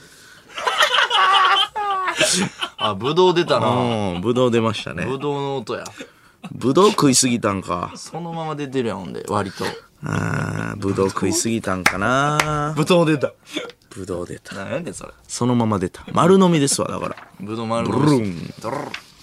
あ、ブドウ出たな。 うん、ブドウ出ましたね。 ブドウの音や。 ブドウ食いすぎたんか。 そのまま出てるやんほんで割と。 あーブドウ食いすぎたんかな。 ブドウ出た。 ブドウ出た。 なんでそれ。 そのまま出た。丸飲みですわだから。 ブドウ丸飲み。 ブルン。 ドルル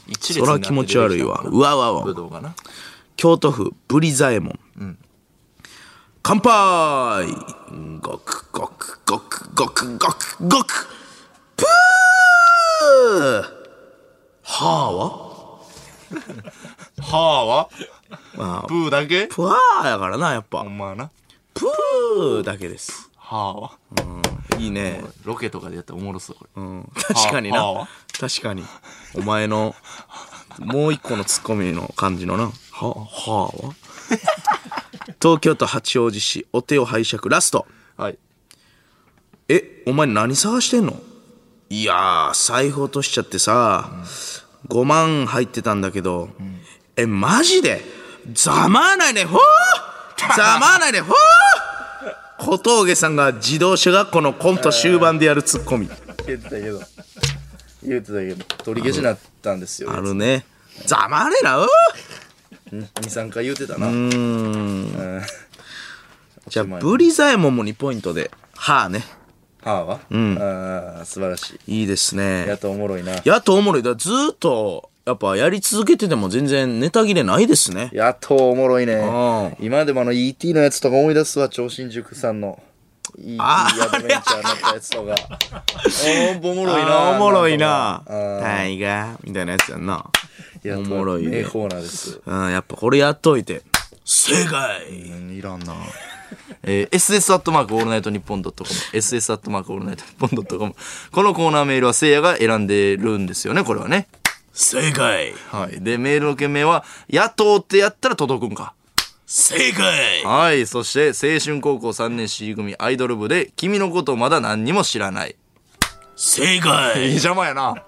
一そら気持ち悪いわ。うわうわうわ。 ぶどうがな。 京都府ブリザエモン、うん、乾杯。ごくごくごくごくごくごくプー。はあははあは、 まあ、 プーだけプワーやからな、やっぱ。 ほんまな。 プーだけです。 はあは、 うん、いいね。 ロケとかでやったらおもろそうこれ、 うん、確かにな、はあ、確かにお前のもう一個のツッコミの感じのなははあは東京都八王子市お手を拝借ラスト。 はい。 え、お前何探してんの？いやー、財布落としちゃってさ、うん、ごまん入ってたんだけど、うん、え、マジでざまあないでほーざまあないでほー小峠さんが自動車学校のコント終盤でやるツッコミ言ってたけど言ってたけど取り消しになったんですよ。 あるね。ざまあねえなうにさんかい言ってたな。 うーんじゃあブリザエモンもにポイントではあね。 はあは、うん、あ素晴らしい。 いいですね。 やっとおもろいな。 やっとおもろいだ。ずーっとやっぱやり続けてても全然ネタ切れないですね。 やっとおもろいね。今でもあの イーティー のやつとか思い出すわ。超新塾さんの イーティー アドベンチャーになったやつとかおもろいな。 おもろいな。タイガーみたいなやつやんな。おもろいね。 名コーナーです。 うん、やっぱこれやっといて正解。 うん、いらんな。えー、エスエス アットマークオールナイトニッポンドットコム エスエス アットマークオールナイトニッポンドットコム。このコーナーメールはせいやが選んでるんですよね。これはね。 正解。 はい。で、メールの件名は野党ってやったら届くんか。 正解。 はい。そして青春高校さんねん C 組アイドル部で君のことまだ何にも知らない。 正解。 いい邪魔やな。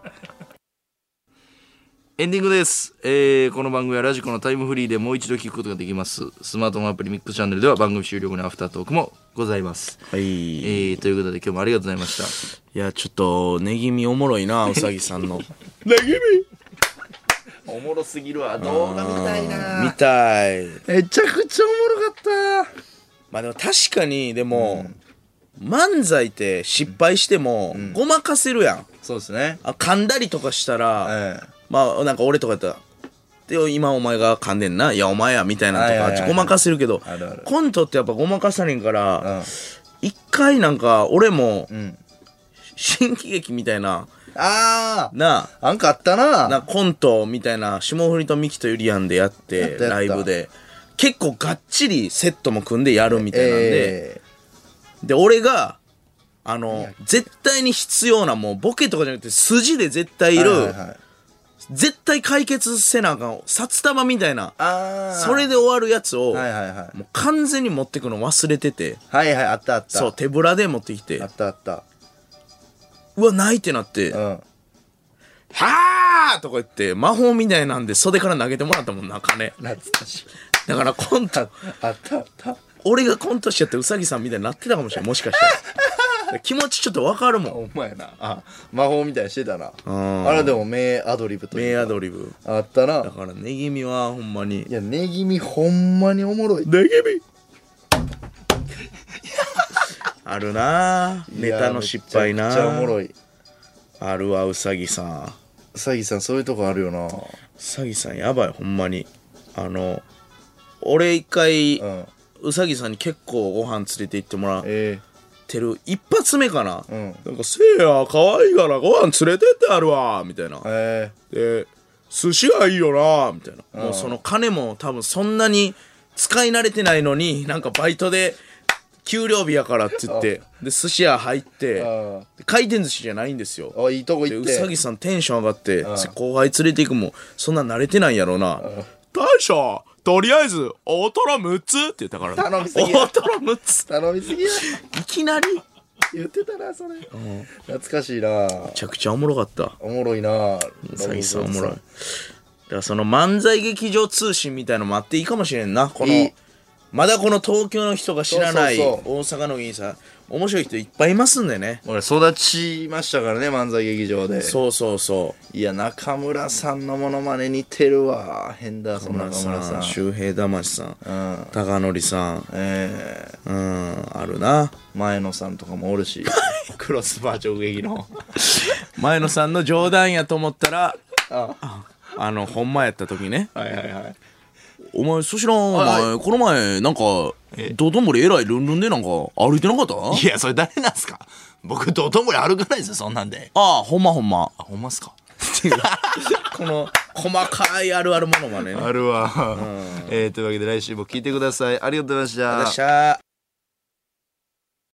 エンディングです、えー、この番組はラジコのタイムフリーでもう一度聞くことができます。スマートフォンアプリミックスチャンネルでは番組終了後にアフタートークもございます。 はい、 えー、ということで今日もありがとうございました。 いやちょっとネギミおもろいなうさぎさんのネギミおもろすぎるわ。動画見たいな。 見たい。 めちゃくちゃおもろかった。 まあでも確かにでも、うん、漫才って失敗しても、うん、ごまかせるやん。 そうですね。 あ噛んだりとかしたら、 ええ、まあなんか俺とかやったらで今お前が噛んでんないやお前やみたいなとかごまかせるけど、あるあるコントってやっぱごまかされんから一、うん、回なんか俺も、うん、新喜劇みたいなあなあなんかあったななコントみたいな霜降りとミキとユリアンでやってライブで結構がっちりセットも組んでやるみたいなんで、えー、で俺があの絶対に必要なもうボケとかじゃなくて筋で絶対いる、はいはいはい、絶対解決せなあかん札束みたいなそれで終わるやつを、はいはいはい、もう完全に持ってくの忘れててはいはいあったあったそう手ぶらで持ってきてあったあったうわないってなって、うん、はーとか言って魔法みたいなんで袖から投げてもらったもんな金懐かしいだからコントあったあった俺がコントしちゃってうさぎさんみたいになってたかもしれないもしかしたら気持ちちょっと分かるもん。 お前なあ魔法みたいにしてたな。あれでも名アドリブというか名アドリブあったな。 だからネギミはほんまにいやネギミほんまにおもろい。 ネギミあるなネタの失敗な。 めっちゃおもろい。 あるわうさぎさん。 うさぎさんそういうとこあるよな。うさぎさんやばいほんまに。あの俺一回、うん、うさぎさんに結構ご飯連れて行ってもらってる、えー、一発目かな、うん、なんかせいや可愛いからご飯連れてってあるわみたいな、えー、で寿司がいいよなみたいな、うん、もうその金も多分そんなに使い慣れてないのになんかバイトで給料日やからって言ってで寿司屋入って回転寿司じゃないんですよ。 あいいとこ行ってうさぎさんテンション上がって後輩連れて行くもそんな慣れてないやろな。大将とりあえず大トロむっつって言ったから頼みすぎや大トロむっつ頼みすぎやいきなり言ってたなそれ、うん、懐かしいな。 めちゃくちゃおもろかった。 おもろいなうさぎさんおもろい。だからその漫才劇場通信みたいのもあっていいかもしれんな。このいいまだこの東京の人が知らない大阪の芸人さん面白い人いっぱいいますんでね。 俺育ちましたからね漫才劇場で。 そうそうそう。 いや中村さんのモノマネ似てるわ。ヘンダーソン中村さん周平魂さん、うん、高則さんええー、うんあるな。 前野さんとかもおるしクロスバー直撃の前野さんの冗談やと思ったらあああのほんまやった時ね、 はいはいはい。 お前そしらんお前この前なんか道頓堀えらいルンルンでなんか歩いてなかった？ いや、それ誰なんすか？僕、道頓堀歩かないですよ、そんなんで。 ああほんまほんまあ、ほんまっすか？ この細かいあるあるものまねね。 あるわ。えー、というわけで来週も聞いてください。ありがとうございました。 よっしゃー。